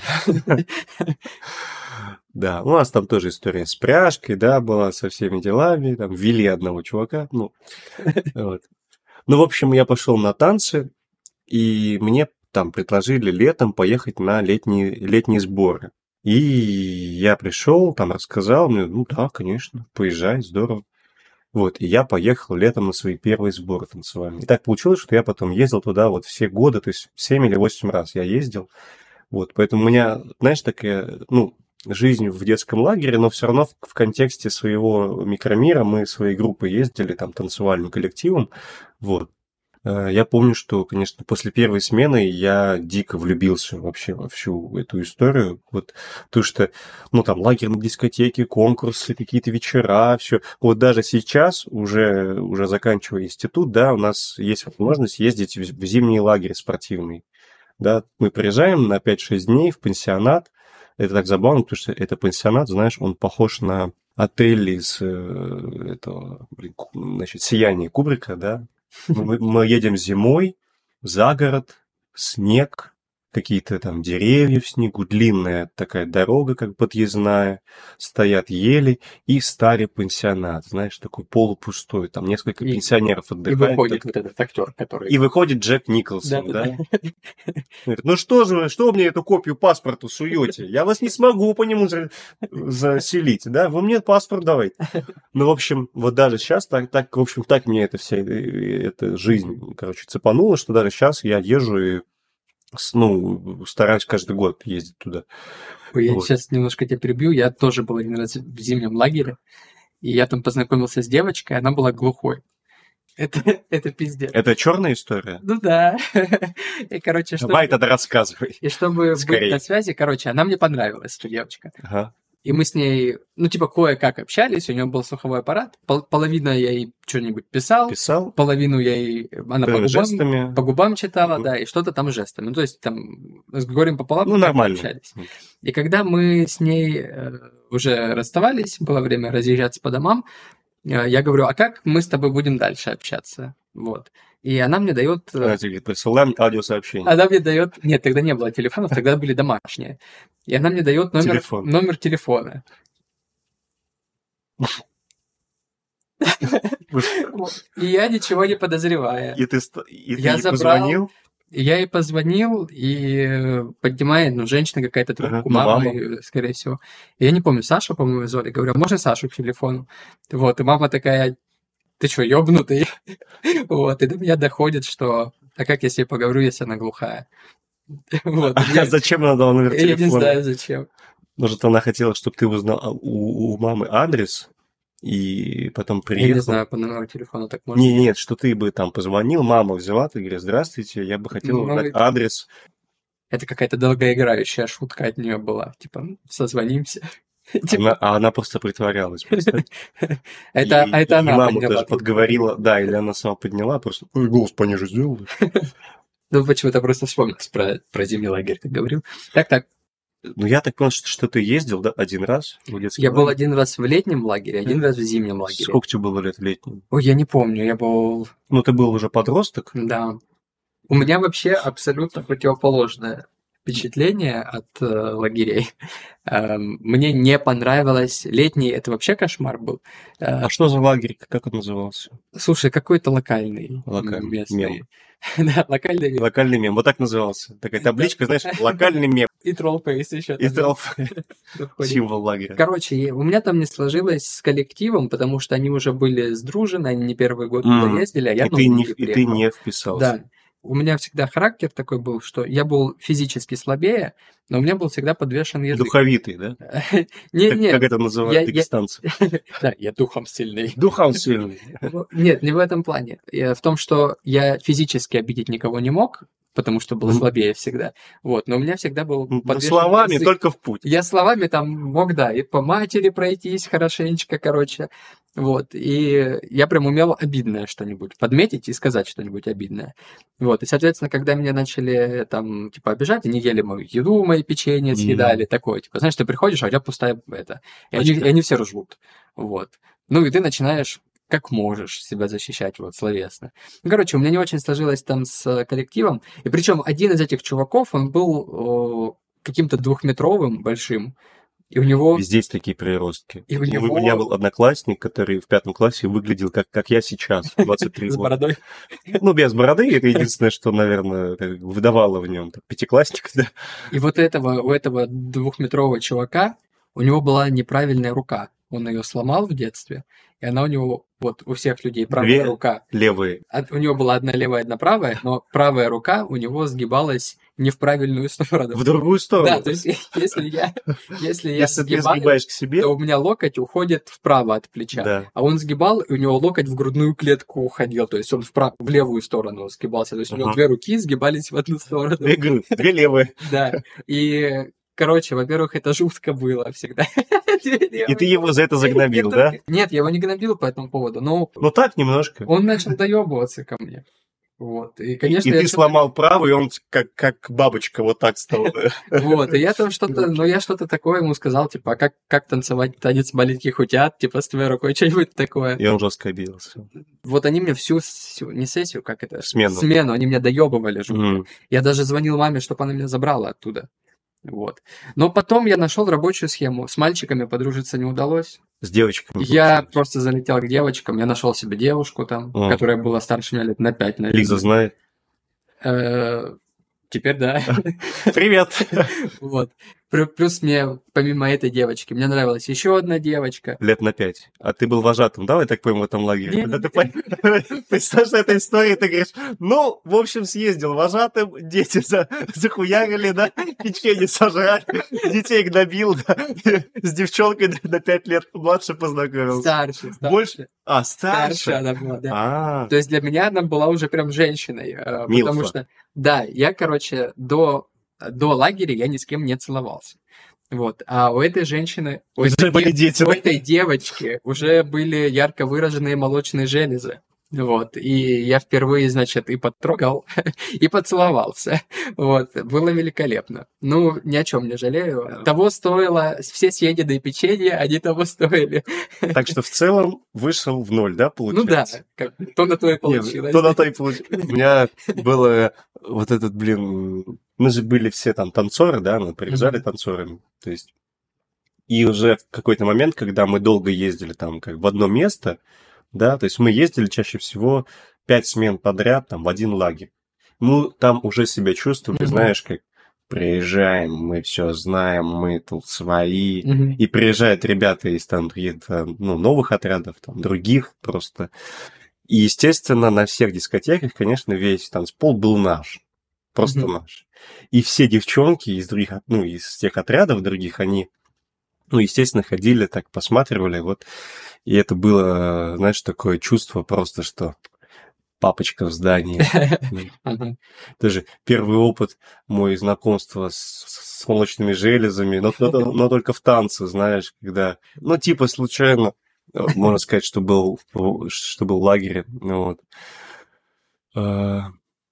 Да, у нас там тоже история с пряжкой, да, была со всеми делами, там вели одного чувака, ну, вот. Ну, в общем, я пошел на танцы, и мне там предложили летом поехать на летние, летние сборы. И я пришел, там рассказал мне, ну да, конечно, поезжай, здорово. Вот, и я поехал летом на свои первые сборы танцевальные. И так получилось, что я потом ездил туда вот все годы, то есть семь или восемь раз я ездил. Вот, поэтому у меня, знаешь, такая, ну, жизнь в детском лагере, но все равно в, в контексте своего микромира мы своей группой ездили, там, танцевальным коллективом. Вот. Я помню, что, конечно, после первой смены я дико влюбился вообще во всю эту историю, вот, потому что, ну, там, лагерные дискотеки, конкурсы, какие-то вечера, все. Вот даже сейчас, уже, уже заканчивая институт, да, у нас есть возможность ездить в, в зимний лагерь спортивный, да, мы приезжаем на пять-шесть дней в пансионат, это так забавно, потому что это пансионат, знаешь, он похож на отель из э, этого, блин, значит, «Сияние» Кубрика, да. Мы, мы едем зимой за город, снег, какие-то там деревья в снегу, длинная такая дорога, как подъездная, стоят ели и старый пансионат, знаешь, такой полупустой, там несколько и, пенсионеров отдыхают. И выходит так... вот этот актер, который... И выходит Джек Николсон, да? да? Говорит, ну что же вы, что вы мне эту копию паспорта суете? Я вас не смогу по нему заселить, да? Вы мне паспорт давайте. Ну, в общем, вот даже сейчас, так, так, в общем, так мне эта вся эта жизнь, короче, цепанула, что даже сейчас я езжу и ну, стараюсь каждый год ездить туда. Ой, я вот. Сейчас немножко тебя перебью. Я тоже был один раз в зимнем лагере, и я там познакомился с девочкой, она была глухой. Это, это пиздец. Это черная история? Ну да. И, короче, чтобы... Давай тогда рассказывай. И чтобы Скорее. быть на связи, короче, она мне понравилась, эта девочка. Ага. И мы с ней, ну, типа, кое-как общались, у нее был слуховой аппарат, Пол- половина я ей что-нибудь писал, писал, половину я ей, она по губам, по губам читала, mm-hmm. да, и что-то там жестами. Ну, то есть, там, с горем пополам ну, нормально. общались. И когда мы с ней э, уже расставались, было время разъезжаться по домам, э, я говорю, а как мы с тобой будем дальше общаться? Вот. И она мне дает... Она тебе присылаем аудиосообщение. Она мне дает... Нет, тогда не было телефонов, тогда были домашние. И она мне дает номер, Телефон. номер телефона. И я ничего не подозревая. И ты я позвонил? Я ей позвонил, и поднимает, ну, женщина какая-то трубку, мама, скорее всего. Я не помню, Саша, по-моему, звали. Говорю, можно Сашу к телефону? Вот, и мама такая... Ты что, ёбнутый? Вот, и до меня доходит, что... А как я с ней поговорю, если она глухая? Вот, а я... зачем она дала номер телефона? Я не знаю, зачем. Может, она хотела, чтобы ты узнал у, у мамы адрес, и потом приехал? Я не знаю, по номеру телефона так можно. Не, нет, что ты бы там позвонил, мама взяла, ты говоришь, здравствуйте, я бы хотел ну, узнать это... адрес. Это какая-то долгоиграющая шутка от нее была. Типа, созвонимся. Она, а она просто притворялась. это, и, а это и она мама даже подговорила, да, или она сама подняла, просто ой, голос пониже сделала. Ну, почему-то просто вспомнилось про, про зимний лагерь, как говорил. Так, так. Ну, я так понял, что, что ты ездил, да, один раз в детском Я лагере? был один раз в летнем лагере, один раз в зимнем лагере. Сколько тебе было лет в летнем? Ой, я не помню, я был... Ну, ты был уже подросток? Да. У меня вообще абсолютно противоположное впечатление от э, лагерей. Э, мне не понравилось. Летний, это вообще кошмар был. Э, а что за лагерь? Как он назывался? Слушай, какой-то локальный. Локальный местный. Мем. Да, локальный мем. Локальный мем, вот так назывался. Такая табличка, знаешь, локальный мем. И троллфейс еще. И троллфейс. Символ лагеря. Короче, у меня там не сложилось с коллективом, потому что они уже были сдружены, они не первый год туда ездили, а я и ты не, и ты не вписался. Да. У меня всегда характер такой был, что я был физически слабее, но у меня был всегда подвешен язык. Духовитый, да? Нет, как, нет. Как это называют дагестанцы? Да, я духом сильный. Духом сильный. Нет, не в этом плане. В том, что я физически обидеть никого не мог, потому что был слабее всегда. Вот, но у меня всегда был подвешен словами язык. Только в путь. Я словами там мог, да, и по матери пройтись хорошенечко, короче. Вот, и я прям умел обидное что-нибудь подметить и сказать что-нибудь обидное. Вот, и, соответственно, когда меня начали там, типа, обижать, они ели мою еду, мои печенье съедали, mm. такое, типа, знаешь, ты приходишь, а у тебя пустая это. И они, и они все ржут. Вот. Ну, и ты начинаешь как можешь себя защищать, вот, словесно. Ну, короче, у меня не очень сложилось там с коллективом. И причем один из этих чуваков, он был о, каким-то двухметровым, большим. И у него... Здесь такие приростки. И у, него... у меня был одноклассник, который в пятом классе выглядел как, как я сейчас, двадцать три года. С бородой? Ну, без бороды. Это единственное, что, наверное, выдавало в нем. Пятиклассник, да. И вот этого, у этого двухметрового чувака у него была неправильная рука. он ее сломал в детстве, и она у него, вот у всех людей правая Две рука. левые. У него была одна левая, одна правая, но правая рука у него сгибалась не в правильную сторону. В другую сторону. Да, то есть если я, если я Если ты сгибаю, сгибаешь к себе, то у меня локоть уходит вправо от плеча, да. а он сгибал, и у него локоть в грудную клетку уходил, то есть он вправо, в левую сторону сгибался, то есть у него Ага. две руки сгибались в одну сторону. Две, гру- две левые. Да, и, короче, во-первых, это жутко было всегда. И ты его за это загнобил, Я да? только- Нет, я его не гнобил по этому поводу, но Ну так, немножко. он начал доебываться ко мне. Вот, и, И, конечно, и я ты что-то- сломал правый, и он как, как бабочка вот так стал. да. Вот, и я там что-то, ну, я что-то такое ему сказал, типа, а как, как танцевать танец маленьких утят, типа, с твоей рукой, что-нибудь такое. И он жестко обиделся. Вот они мне всю, всю- не сессию, как это? Смену. Смену, они меня доебывали жутко. Мгм. Я даже звонил маме, чтобы она меня забрала оттуда. Вот. Но потом я нашел рабочую схему. С мальчиками подружиться не удалось. С девочками. Я просто залетел к девочкам, я нашел себе девушку там, О. которая была старше меня лет на пять, наверное. Лиза знает. Э, Теперь да. Привет. Вот. Плю- Плюс мне, помимо этой девочки, мне нравилась еще одна девочка. Лет на пять. А ты был вожатым, да, я так понимаю, в этом лагере? Не, Когда не, ты пон- представляешь этой истории, ты говоришь, ну, в общем, съездил вожатым, дети за- захуярили, да, печенье сожрали, детей гнобил, да, с девчонкой на пять лет младше познакомился. Старше, старше. Больше? А, Старше старше? она была, да. А, То есть для меня она была уже прям женщиной. э, Милфа. Потому что, да, я, короче, до, до лагеря я ни с кем не целовался. Вот. А у этой женщины, у уже этой, были дев- дети. у да? этой девочки уже были ярко выраженные молочные железы. Вот. И я впервые, значит, и потрогал, и поцеловался. Вот. Было великолепно. Ну, ни о чем не жалею. Того стоило, все съеденные печенья, они того стоили. Так что в целом вышел в ноль, да, Ну да, получается? как, то на то и Нет, получилось. то на то и получилось. У меня было вот этот, блин, мы же были все там танцоры, да, мы приезжали Мгм. танцорами, то есть, и уже в какой-то момент, когда мы долго ездили там как в одно место, да, то есть мы ездили чаще всего пять смен подряд там в один лагерь. Мы там уже себя чувствовали, Мгм. знаешь, как приезжаем, мы все знаем, мы тут свои, Мгм. и приезжают ребята из там каких-то, ну, новых отрядов, там, других просто. И, естественно, на всех дискотеках, конечно, весь танцпол был наш. Просто Мгм. наш. И все девчонки из других, от- ну, из тех отрядов других, они, ну, естественно, ходили, так посматривали, вот. И это было, знаешь, такое чувство просто, что папочка в здании. Ну, Ага. Тоже первый опыт мой знакомства с, с молочными железами, но, но- но только в танце, знаешь, когда, ну, типа, случайно, э, можно сказать, что был, в- что был в лагере, ну, вот. А,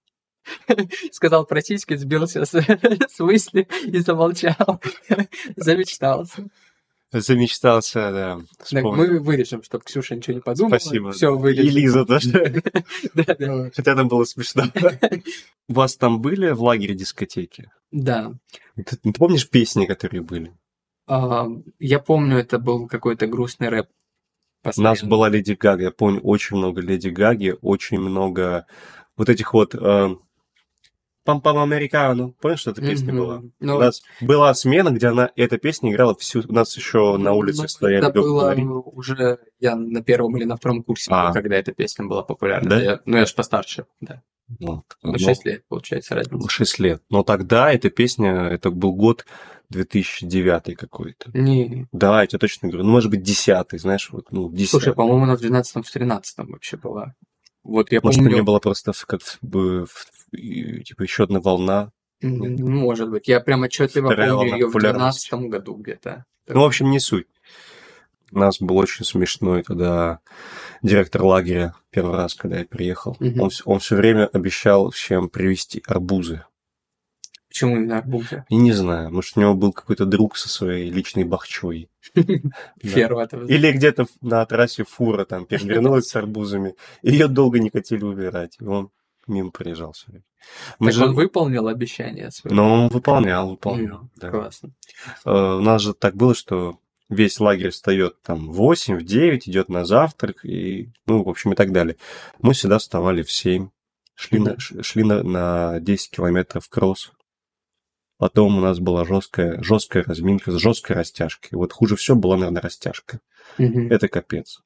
Сказал про сиськи, сбился с, с мысли и замолчал. Замечтался. Замечтался, да. Так, вспомнил. мы вырежем, чтобы Ксюша ничего не подумала. Спасибо. Все И вырежем. Лиза тоже. Да, да. Хотя там было смешно. У вас там были в лагере дискотеки? Да. Ты, ты помнишь песни, которые были? А, я помню, это был какой-то грустный рэп. У нас постоянно. была Леди Гага, я помню, очень много Леди Гаги, очень много вот этих вот э, пам-пам американо. Помнишь, что эта песня Мгм. была? Ну, У нас была смена, где она, эта песня играла всю... У нас еще на улице ну, стояли это было говори. уже я на первом или на втором курсе, А. был, когда эта песня была популярна. Да? Я- ну, я же постарше, да. Вот. Ну, Ну, шесть лет, получается, разница. шесть лет. Но тогда эта песня, это был год две тысячи девятый какой-то. Не, Да, я тебе точно говорю. Ну, может быть, десятый, знаешь, вот, ну, десятый. слушай, по-моему, она в двенадцатом-тринадцатом вообще была. Вот я Может, у помню... меня была просто в- как в- в- в- и, типа еще одна волна. М, Может быть. Я прям отчетливо Вторая помню волна ее в популярности. двенадцатом году где-то. Ну, в общем, не суть. У нас был очень смешной тогда директор лагеря первый раз, когда я приехал. Мгм. Он, вс- он все время обещал всем привезти арбузы. Почему именно арбузы? И не знаю, может, у него был какой-то друг со своей личной бахчой. Ферма это. Или где-то на трассе фура там перевернулась с арбузами. И ее долго не хотели убирать. И он мимо приезжал все время. Мы Так же- он выполнил обещание свое. Но он выполнял, выполнял. Ну, да. классно. Э, У нас же так было, что весь лагерь встает там в восемь, в девять, идет на завтрак, и, ну, в общем, и так далее. Мы всегда вставали в семь, шли, на, ш- шли на, на десять километров кросс. Потом у нас была жесткая, жесткая разминка с жесткой растяжкой. Вот хуже всего была, наверное, растяжка. Мгм. Это капец.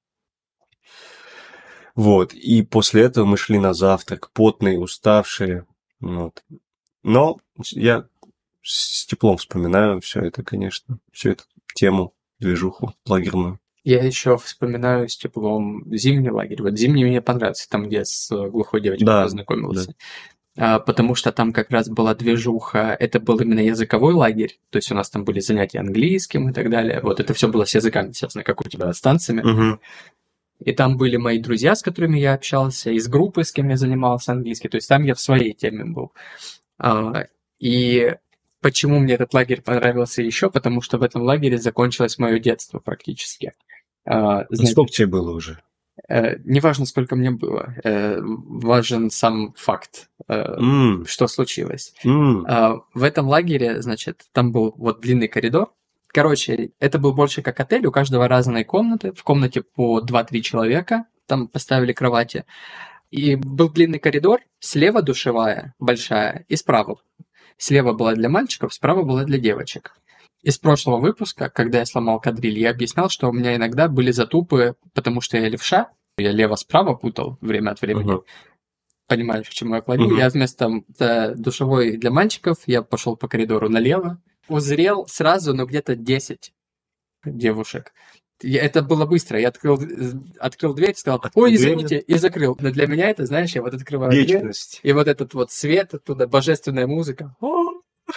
Вот. И после этого мы шли на завтрак, потные, уставшие. Вот. Но я с теплом вспоминаю все это, конечно. Всю эту тему, движуху лагерную. Я еще вспоминаю с теплом зимний лагерь. Вот зимний мне понравился, там, где я с глухой девочкой Да, познакомился. А, потому что там как раз была движуха, это был именно языковой лагерь, то есть у нас там были занятия английским и так далее. Вот это все было с языками, естественно, как у тебя с танцами. Угу. И там были мои друзья, с которыми я общался, из группы, с кем я занимался английским. То есть там я в своей теме был. А, и почему мне этот лагерь понравился еще? Потому что в этом лагере закончилось мое детство практически. А, знаете, Сколько тебе было уже? э, неважно, сколько мне было, э, важен сам факт, э, М, что случилось. м. А, в этом лагере, значит, там был вот длинный коридор. Короче, это был больше как отель, у каждого разные комнаты. В комнате по два-три человека, там поставили кровати. И был длинный коридор, слева душевая большая, и справа. Слева была для мальчиков, справа была для девочек. Из прошлого выпуска, когда я сломал кадриль, я объяснял, что у меня иногда были затупы, потому что я левша, я лево-справа путал время от времени. Ага. Понимаешь, к чему я клоню? Мгм. Я вместо э, душевой для мальчиков, я пошел по коридору налево, узрел сразу, ну, где-то десять девушек. Я- это было быстро. Я открыл, э, открыл дверь, сказал, Открыл ой, дверь. извините, и закрыл. Но для меня это, знаешь, я вот открываю дверь, Вечность. и вот этот вот свет оттуда, божественная музыка. О!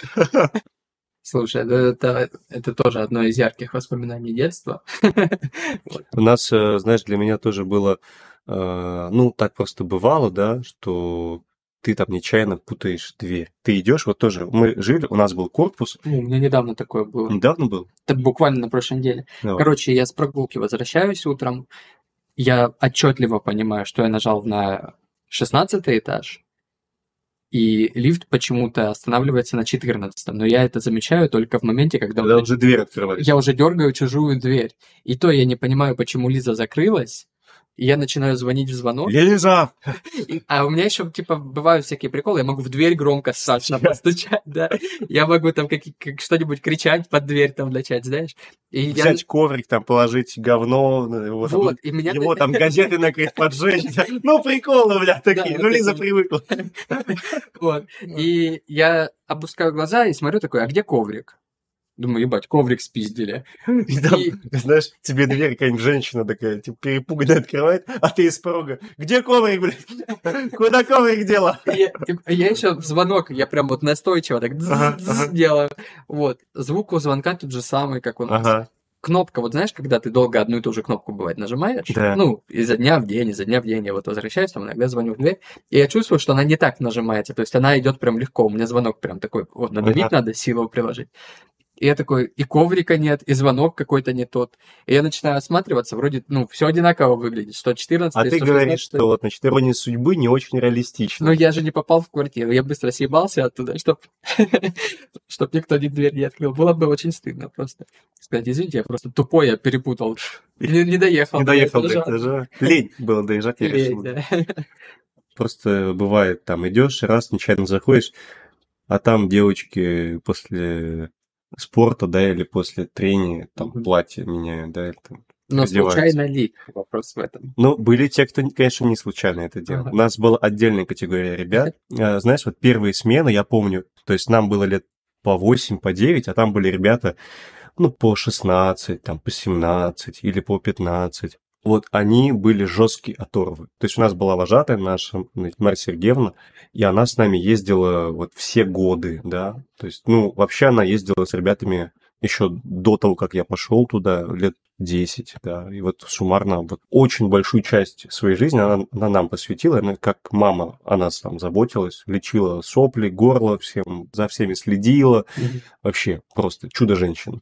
Слушай, это, это, это тоже одно из ярких воспоминаний детства. Вот. У нас, э, знаешь, для меня тоже было, э, ну, так просто бывало, да, что ты там нечаянно путаешь дверь. Ты идешь, вот тоже, мы жили, у нас был корпус, Ну, у меня недавно такое было. недавно был. Это буквально на прошлой неделе. Давай. Короче, я с прогулки возвращаюсь утром. Я отчетливо понимаю, что я нажал на шестнадцатый этаж, и лифт почему-то останавливается на четырнадцатом. Но я это замечаю только в моменте, когда Когда вот уже дверь открывались. я уже дергаю чужую дверь. И то я не понимаю, почему Лиза закрылась. И я начинаю звонить в звонок. Лиза! И- А у меня еще, типа, бывают всякие приколы. Я могу в дверь громко страшно постучать, да. Я могу там как, как что-нибудь кричать под дверь там начать, знаешь. И я... Взять коврик, там, положить говно, ну, его, там, Вот, и меня... его там газеты накрыть, поджечь. Ну, приколы, бля, такие. Да, Ну, вот Лиза такие. привыкла. Вот. И я опускаю глаза и смотрю такой, а где коврик? Думаю, ебать, коврик спиздили. И там, И- знаешь, тебе дверь какая-нибудь женщина такая, типа, перепуганная открывает, а ты из порога. Где коврик, блядь? Куда коврик дела? И Я, и я еще в звонок, я прям вот настойчиво так Ага, дзз-дзз ага. делаю. Вот. Звук у звонка тот же самый, как у нас. Ага. Кнопка, вот знаешь, когда ты долго одну и ту же кнопку, бывает, нажимаешь, Да. ну, изо дня в день, изо дня в день, я вот возвращаюсь, там иногда звоню в дверь, и я чувствую, что она не так нажимается, то есть она идет прям легко, у меня звонок прям такой, вот, надавить Ага. надо, силу приложить. И я такой, и коврика нет, и звонок какой-то не тот. И я начинаю осматриваться, вроде, ну, все одинаково выглядит, что четырнадцатый, А ты что говоришь, шестнадцатый. что вот, значит, ирония судьбы не очень реалистична. Ну, я же не попал в квартиру, я быстро съебался оттуда, чтоб, чтоб никто ни дверь не открыл. Было бы очень стыдно просто. Сказать, извините, я просто тупой, я перепутал. Не, не доехал. Не до доехал до этажа. этажа. Лень было доезжать, я решил. Лень, да. Просто бывает, там идешь, раз нечаянно заходишь, а там девочки после спорта, да, или после трения, там, Мгм. платье меняют, да, или там Но одеваются. случайно ли? Вопрос в этом. Ну, были те, кто, конечно, не случайно это делал. Ага. У нас была отдельная категория ребят. А, Знаешь, вот первые смены, я помню, то есть нам было лет по восемь, по девять, а там были ребята, ну, по шестнадцать, там, по семнадцать или по пятнадцать. Вот они были жесткие оторвы. То есть у нас была вожатая наша, Марья Сергеевна, и она с нами ездила вот все годы, да. То есть, ну, вообще она ездила с ребятами еще до того, как я пошел туда, лет десять, да. И вот суммарно вот очень большую часть своей жизни она, она нам посвятила. Она, как мама о нас там заботилась, лечила сопли, горло, всем, за всеми следила. Мгм. Вообще просто чудо-женщина.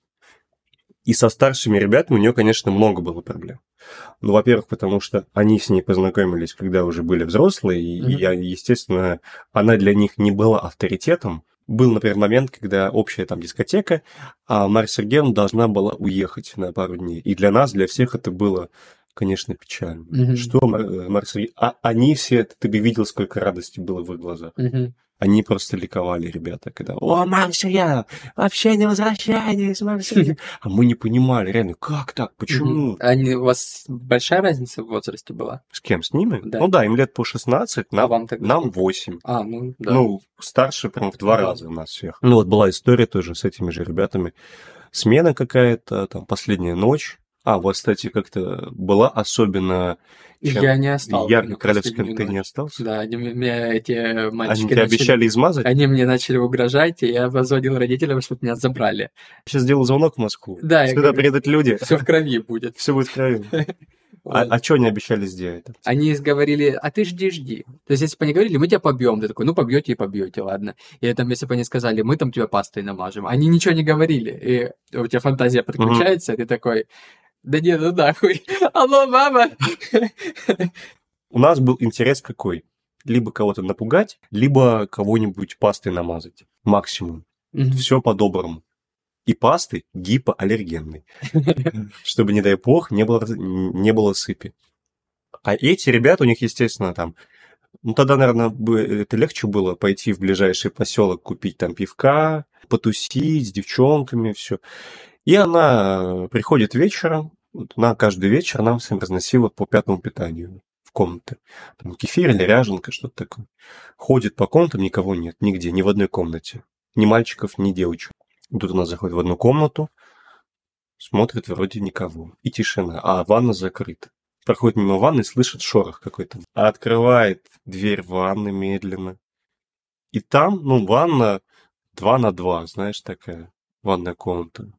И со старшими ребятами у нее, конечно, много было проблем. Ну, во-первых, потому что они с ней познакомились, когда уже были взрослые, и, Мгм. и я, естественно, она для них не была авторитетом. Был, например, момент, когда общая там дискотека, а Марья Сергеевна должна была уехать на пару дней. И для нас, для всех это было, конечно, печально. Мгм. Что, Мар- Марья Сергеевна... А они все, ты бы видел, сколько радости было в их глазах. Мгм. Они просто ликовали, ребята, когда «О, Марсия! Вообще не возвращайтесь, Марсия!» А мы не понимали, реально, как так, почему? Они, у вас большая разница в возрасте была? С кем, с ними? Да. Ну да, им лет по шестнадцать, нам, А вам тогда нам сколько? восемь. А, ну, да. Ну, старше прям в два Да. раза у нас всех. Ну вот была история тоже с этими же ребятами. Смена какая-то, там, последняя ночь. А, вот, кстати, как-то была особенно... чем Я не остался. ярко на королевская, последнюю ты не ночь. остался? Да, они мне, эти мальчики Они тебе начали- обещали измазать? Они мне начали угрожать, и я позвонил родителям, чтобы меня забрали. Сейчас сделал звонок в Москву. Да, я Сюда говорю, приедут люди. все в крови будет. Все будет в крови. А, Вот. а что они обещали сделать? Они говорили, а ты жди, жди. То есть, если бы они говорили, мы тебя побьем, ты такой, ну, побьете и побьете, ладно. Или там, если бы они сказали, мы там тебя пастой намажем. Они ничего не говорили. И у тебя фантазия подключается, и ты такой, да не, ну нахуй. Алло, мама. У нас был интерес какой? Либо кого-то напугать, либо кого-нибудь пастой намазать. Максимум. Мгм. Все по-доброму. И пасты гипоаллергенной. Чтобы, не дай бог, не было, не было сыпи. А эти ребята, у них, естественно, там... Ну, тогда, наверное, бы это легче было пойти в ближайший поселок, купить там пивка, потусить с девчонками, все. И она приходит вечером, вот, на каждый вечер нам всем разносила по пятому питанию в комнаты. Там кефир или ряженка, что-то такое. Ходит по комнатам, никого нет, нигде, ни в одной комнате. Ни мальчиков, ни девочек. Тут она заходит в одну комнату, смотрит, вроде никого. И тишина, а ванна закрыта. Проходит мимо ванны, слышит шорох какой-то. А открывает дверь ванны медленно. И там, ну, ванна два на два, знаешь, такая ванная комната.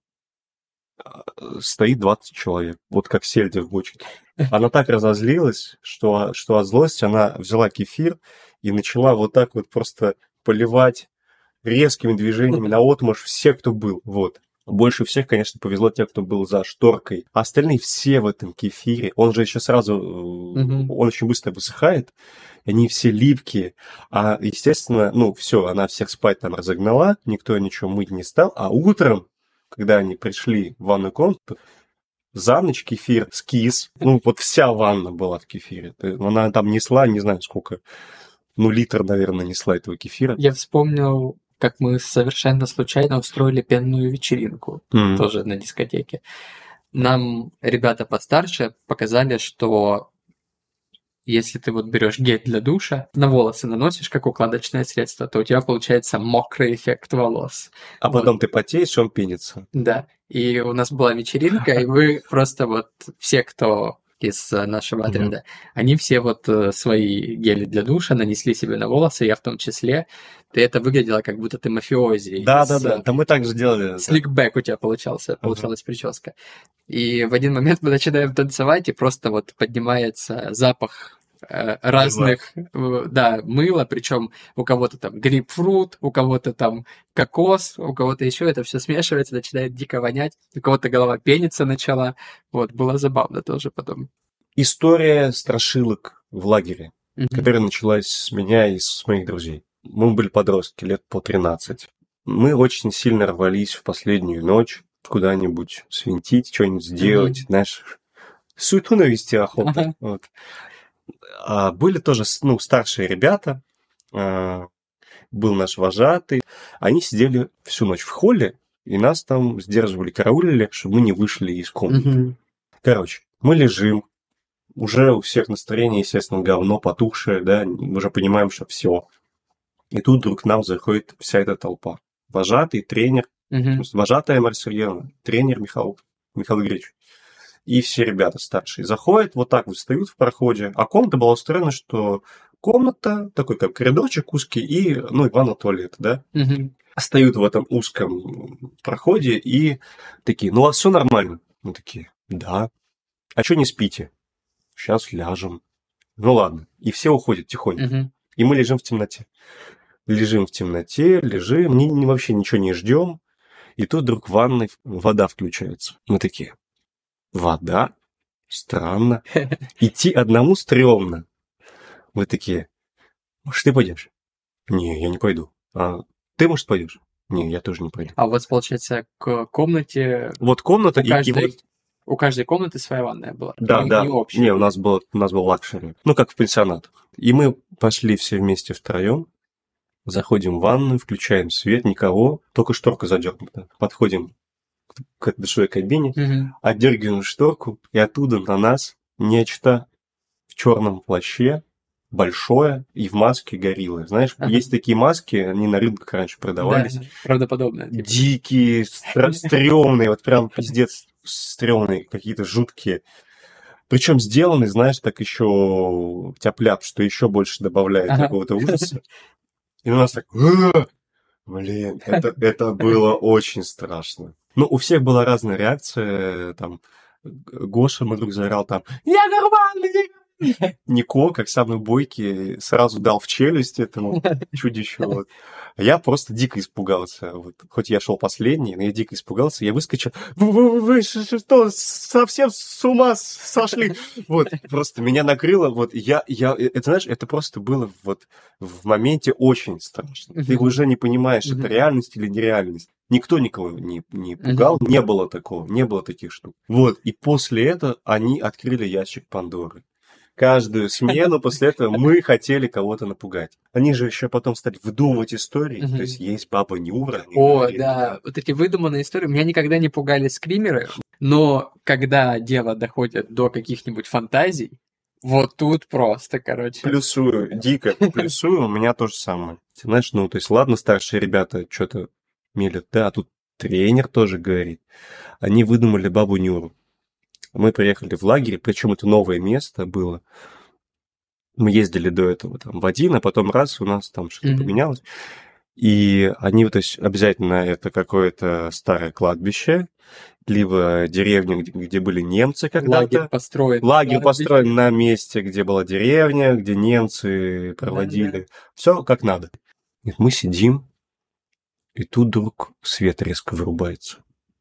Стоит двадцать человек, вот как сельди в бочке. Она так разозлилась, что, что от злости она взяла кефир и начала вот так вот просто поливать резкими движениями наотмашь всех, кто был. Вот. Больше всех, конечно, повезло тех, кто был за шторкой. А остальные все в этом кефире. Он же еще сразу... Мгм. Он очень быстро высыхает. Они все липкие. А, естественно, ну, все, она всех спать там разогнала. Никто ничего мыть не стал. А утром, когда они пришли в ванную комнату, за ночь кефир скис. Ну, вот вся ванна была в кефире. Она там несла, не знаю сколько, ну, литр, наверное, несла этого кефира. Я вспомнил, как мы совершенно случайно устроили пенную вечеринку, М. тоже на дискотеке. Нам ребята постарше показали, что если ты вот берешь гель для душа, на волосы наносишь как укладочное средство, то у тебя получается мокрый эффект волос. А Вот. потом ты потеешь, он пенится. Да. И у нас была вечеринка, и вы просто вот все, кто из э, нашего Мгм. отряда, они все вот э, свои гели для душа нанесли себе на волосы, я в том числе. И это выглядело, как будто ты мафиози. Да, из, да, да. э, Да мы так же делали. да. Сликбэк у тебя получался, получалась прическа. И в один момент мы начинаем танцевать, и просто вот поднимается запах э, разных, э, да, мыла, причем у кого-то там грейпфрут, у кого-то там кокос, у кого-то еще это все смешивается, начинает дико вонять, у кого-то голова пениться начала. Вот, было забавно тоже потом. История страшилок в лагере, Мгм. которая началась с меня и с моих друзей. Мы были подростки, лет по тринадцать. Мы очень сильно рвались в последнюю ночь куда-нибудь свинтить, что-нибудь сделать, Мгм. знаешь, суету навести охота. Ага. Вот. А были тоже, с- ну, старшие ребята, а, был наш вожатый. Они сидели всю ночь в холле, и нас там сдерживали, караулили, чтобы мы не вышли из комнаты. Мгм. Короче, мы лежим, уже у всех настроение, естественно, говно потухшее, да, мы уже понимаем, что все. И тут вдруг к нам заходит вся эта толпа. Вожатый, тренер, в Мгм. смысле, вожатая Марья Сергеевна, тренер Михаил, Михаил Игоревич. И все ребята старшие заходят, вот так вот встают в проходе. А комната была устроена, что комната, такой как коридорчик узкий, и, ну, и ванна, туалет, да. Мгм. Стоят в этом узком проходе и такие, ну, а все нормально? Мы такие, да. А что не спите? Сейчас ляжем. Ну, ладно. И все уходят тихонько. Мгм. И мы лежим в темноте. Лежим в темноте, лежим, ни, ни- вообще ничего не ждем. И тут вдруг в ванной вода включается. Мы такие, вода? Странно. Идти одному стрёмно. Мы такие, может, ты пойдешь? Не, я не пойду. А ты, может, пойдешь? Не, я тоже не пойду. А у вас, получается, к комнате... Вот комната, У и, и каждой, вот... у каждой комнаты своя ванная была? Да, не, да. Не общая? Не, у нас был, у нас был лакшери. Ну, как в пансионатах. И мы пошли все вместе втроем, Заходим в ванную, включаем свет, никого, только шторка задернута. Подходим к душевой кабине, Мгм. отдергиваем шторку, и оттуда на нас нечто в черном плаще, большое, и в маске гориллы. Знаешь, Ага. есть такие маски, они на рынках раньше Да, продавались. правдоподобно. типа. Дикие, стра- стрёмные, вот прям пиздец стрёмные, какие-то жуткие. Причем сделаны, знаешь, так еще тяп-ляп, что еще больше добавляет Ага. какого-то ужаса. И у нас так, «А!» блин, это, это было очень страшно. Ну, у всех была разная реакция, там, Гоша, мой друг, заорал там, я нормальный! Нико, как самый бойкий, сразу дал в челюсть этому чудищу. Вот. А я просто дико испугался. Вот. Хоть я шел последний, но я дико испугался. Я выскочил. Вы, вы, вы что, совсем с ума сошли? Вот, просто меня накрыло. Вот, я, я, это, знаешь, это просто было вот в моменте очень страшно. Ты уже не понимаешь, это реальность или нереальность. Никто никого не, не пугал, не было такого, не было таких штук. Вот, и после этого они открыли ящик Пандоры. Каждую смену после этого мы хотели кого-то напугать. Они же еще потом стали выдумывать истории. Мгм. То есть есть Баба Нюра. они О, говорили, да, вот эти выдуманные истории. Меня никогда не пугали скримеры, но когда дело доходит до каких-нибудь фантазий, вот тут просто, короче. Плюсую, дико плюсую, у меня то же самое. Знаешь, ну, то есть, ладно, старшие ребята что-то мелят, да, а тут тренер тоже говорит. Они выдумали Бабу Нюру. Мы приехали в лагерь, причем это новое место было. Мы ездили до этого там в один, а потом раз у нас там что-то Мгм. поменялось. И они, то есть, обязательно это какое-то старое кладбище, либо деревня, где, где были немцы когда-то. Лагерь построен. Лагерь Кладбище. построен на месте, где была деревня, где немцы проводили. Все как надо. И мы сидим, и тут вдруг свет резко вырубается.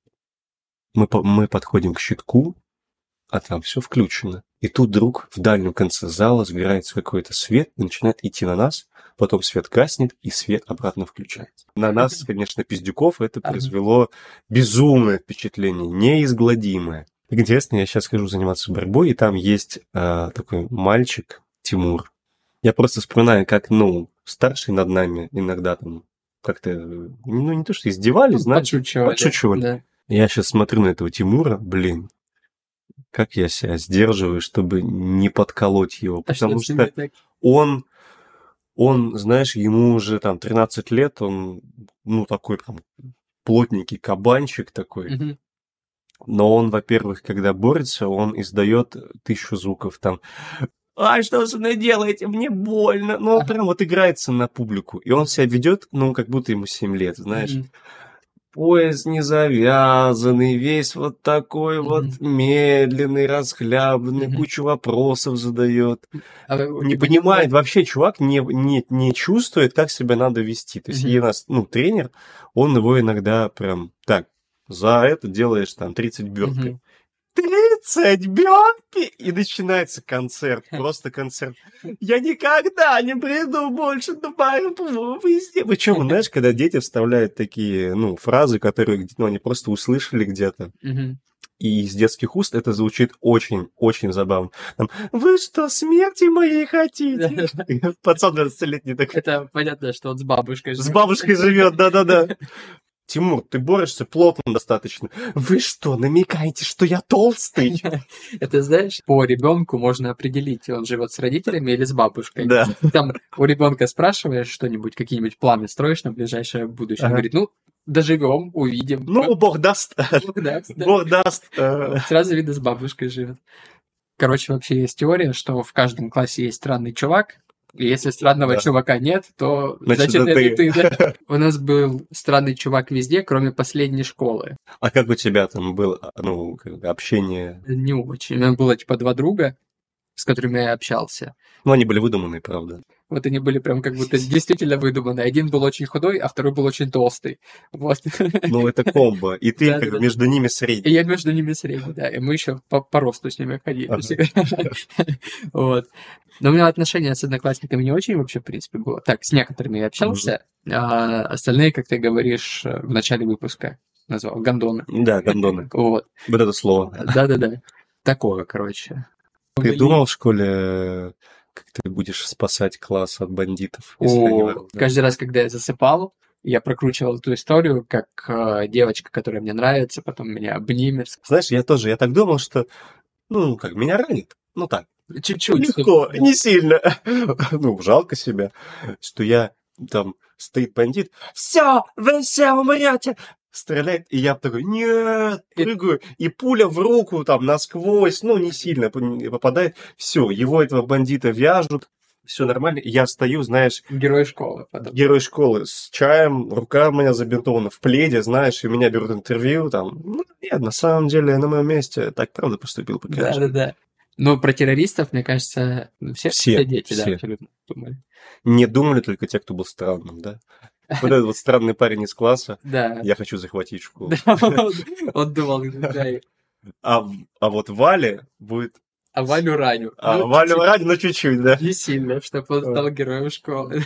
Мы, по- мы подходим к щитку, а там все включено. И тут вдруг в дальнем конце зала сгорается какой-то свет и начинает идти на нас, потом свет гаснет, и свет обратно включается. На нас, конечно, пиздюков это Ага. произвело безумное впечатление, неизгладимое. Так интересно, я сейчас хожу заниматься борьбой, и там есть а, такой мальчик, Тимур. Я просто вспоминаю, как, ну, старший над нами иногда там как-то, ну, не то что издевались, знаешь, Подшучивали. подшучивали. Да. Я сейчас смотрю на этого Тимура, блин, как я себя сдерживаю, чтобы не подколоть его, А потому что с ними что так? он, он, знаешь, ему уже там тринадцать лет, он, ну, такой прям плотненький кабанчик такой, Мгм. но он, во-первых, когда борется, он издает тысячу звуков там, ай, что вы со мной делаете, мне больно, ну, он Ага. прям вот играется на публику, и он себя ведет, ну, как будто ему семь лет, знаешь, Мгм. пояс не завязанный, весь вот такой вот медленный, расхлябанный, Мгм. кучу вопросов задает. А у Не тебя понимает, вообще чувак не, не, не чувствует, как себя надо вести. То есть, Мгм. и у нас, ну, тренер, он его иногда прям, так, за это делаешь там тридцать бёрпи. Мгм. тридцать бёрпи! И начинается концерт, просто концерт. Я никогда не приду больше на борьбу везде. Причем, знаешь, когда дети вставляют такие, ну, фразы, которые, ну, они просто услышали где-то, Мгм. и из детских уст это звучит очень-очень забавно. Там, вы что, смерти моей хотите? Пацан двадцатилетний такой. Это понятно, что он с бабушкой С живет. бабушкой живет, да-да-да. Тимур, ты борешься плотно достаточно. Вы что, намекаете, что я толстый? Это, знаешь, по ребенку можно определить, он живет с родителями или с бабушкой. Да. Там у ребенка спрашиваешь что-нибудь, какие-нибудь планы строишь на ближайшее будущее. Он Ага. говорит, ну, доживем, увидим. Ну, бог даст. Бог даст, да. Бог даст. э, Сразу видно, с бабушкой живет. Короче, вообще есть теория, что в каждом классе есть странный чувак, и если странного Да. чувака нет, то Значит, значит, это это ты. ты. Да? У нас был странный чувак везде, кроме последней школы. А как у тебя там было, ну, как бы общение? Не очень. У меня было типа два друга, с которыми я общался. Ну, они были выдуманные, правда. Вот они были прям как будто действительно выдуманные. Один был очень худой, а второй был очень толстый. Вот. Ну, это комбо. И ты Да, как да, бы да. между ними И средний. я между ними средний, да. И мы еще по, по росту с ними ходили Ага. всегда. Вот. Но у меня отношения с одноклассниками не очень вообще, в принципе, было. Так, с некоторыми я общался, а остальные, как ты говоришь, в начале выпуска назвал, гондоны. Да, гондоны. Вот. Вот это слово. Да-да-да. Такое, короче. Ты думал в школе, как ты будешь спасать класс от бандитов. Если они О, воруют. каждый раз, когда я засыпал, я прокручивал эту историю, как э, девочка, которая мне нравится, потом меня обнимет. Знаешь, я тоже, я так думал, что, ну, как, меня ранит. Ну так, Чуть-чуть. легко, чтобы- не сильно. Ну, жалко себя, что я там стоит бандит, все, вы все умрете. Стреляет, и я такой, нет, прыгаю, и пуля в руку там насквозь, ну, не сильно попадает. Все, его этого бандита вяжут, все нормально. И я встаю, знаешь, Герой школы. Потом. герой школы с чаем, рука у меня забинтована в пледе, знаешь, и меня берут интервью, там, ну, нет, на самом деле, я на моем месте так правда поступил бы, конечно. Да-да-да. Но про террористов, мне кажется, ну, все, Все, все дети, да, все. абсолютно думали. Не думали только те, кто был странным, да? Вот этот вот странный парень из класса, Да. я хочу захватить школу. Да, он, он думал, да, и- А, а вот Вале будет... а Валю раню. А, Ну, Валю чуть-чуть. ради, но чуть-чуть, да? Не сильно, чтобы он стал героем школы.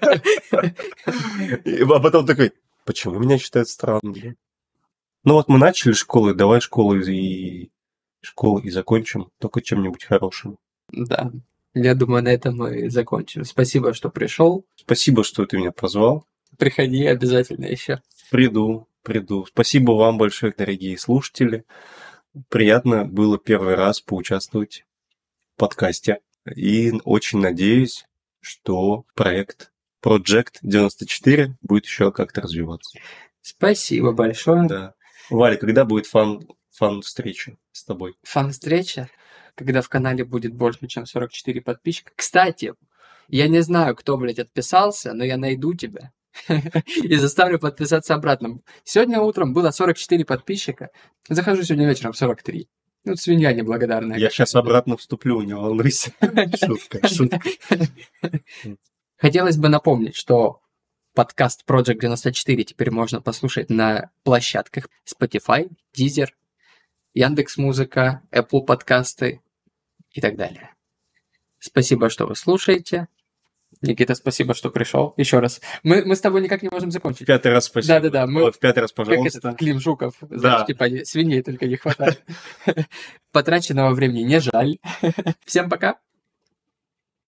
И, а потом такой, почему меня считают странным? да? Ну вот мы начали школу, давай школу и... школу и закончим только чем-нибудь хорошим. Да. Я думаю, на этом мы закончим. Спасибо, что пришел. Спасибо, что ты меня позвал. Приходи обязательно еще. Приду, приду. Спасибо вам большое, дорогие слушатели. Приятно было первый раз поучаствовать в подкасте. И очень надеюсь, что проект Project девяносто четыре будет еще как-то развиваться. Спасибо большое. Да. Валя, когда будет фан, фан-встреча с тобой? Фан-встреча, когда в канале будет больше, чем сорок четыре подписчика. Кстати, я не знаю, кто, блядь, отписался, но я найду тебя и заставлю подписаться обратно. Сегодня утром было сорок четыре подписчика. Захожу сегодня вечером сорок три. Ну, свинья неблагодарная. Я сейчас обратно вступлю, не волнуйся. Шутка, шутка. Хотелось бы напомнить, что подкаст Project девяносто четыре теперь можно послушать на площадках Spotify, Deezer, Яндекс.Музыка, Apple подкасты и так далее. Спасибо, что вы слушаете. Никита, спасибо, что пришел. Еще раз. Мы, мы с тобой никак не можем закончить. Пятый раз спасибо. Да-да-да, мы- Вот, в пятый раз, Как пожалуйста. этот Клим Жуков. Знаешь, Да. типа свиней только не хватает. Потраченного времени не жаль. Всем пока.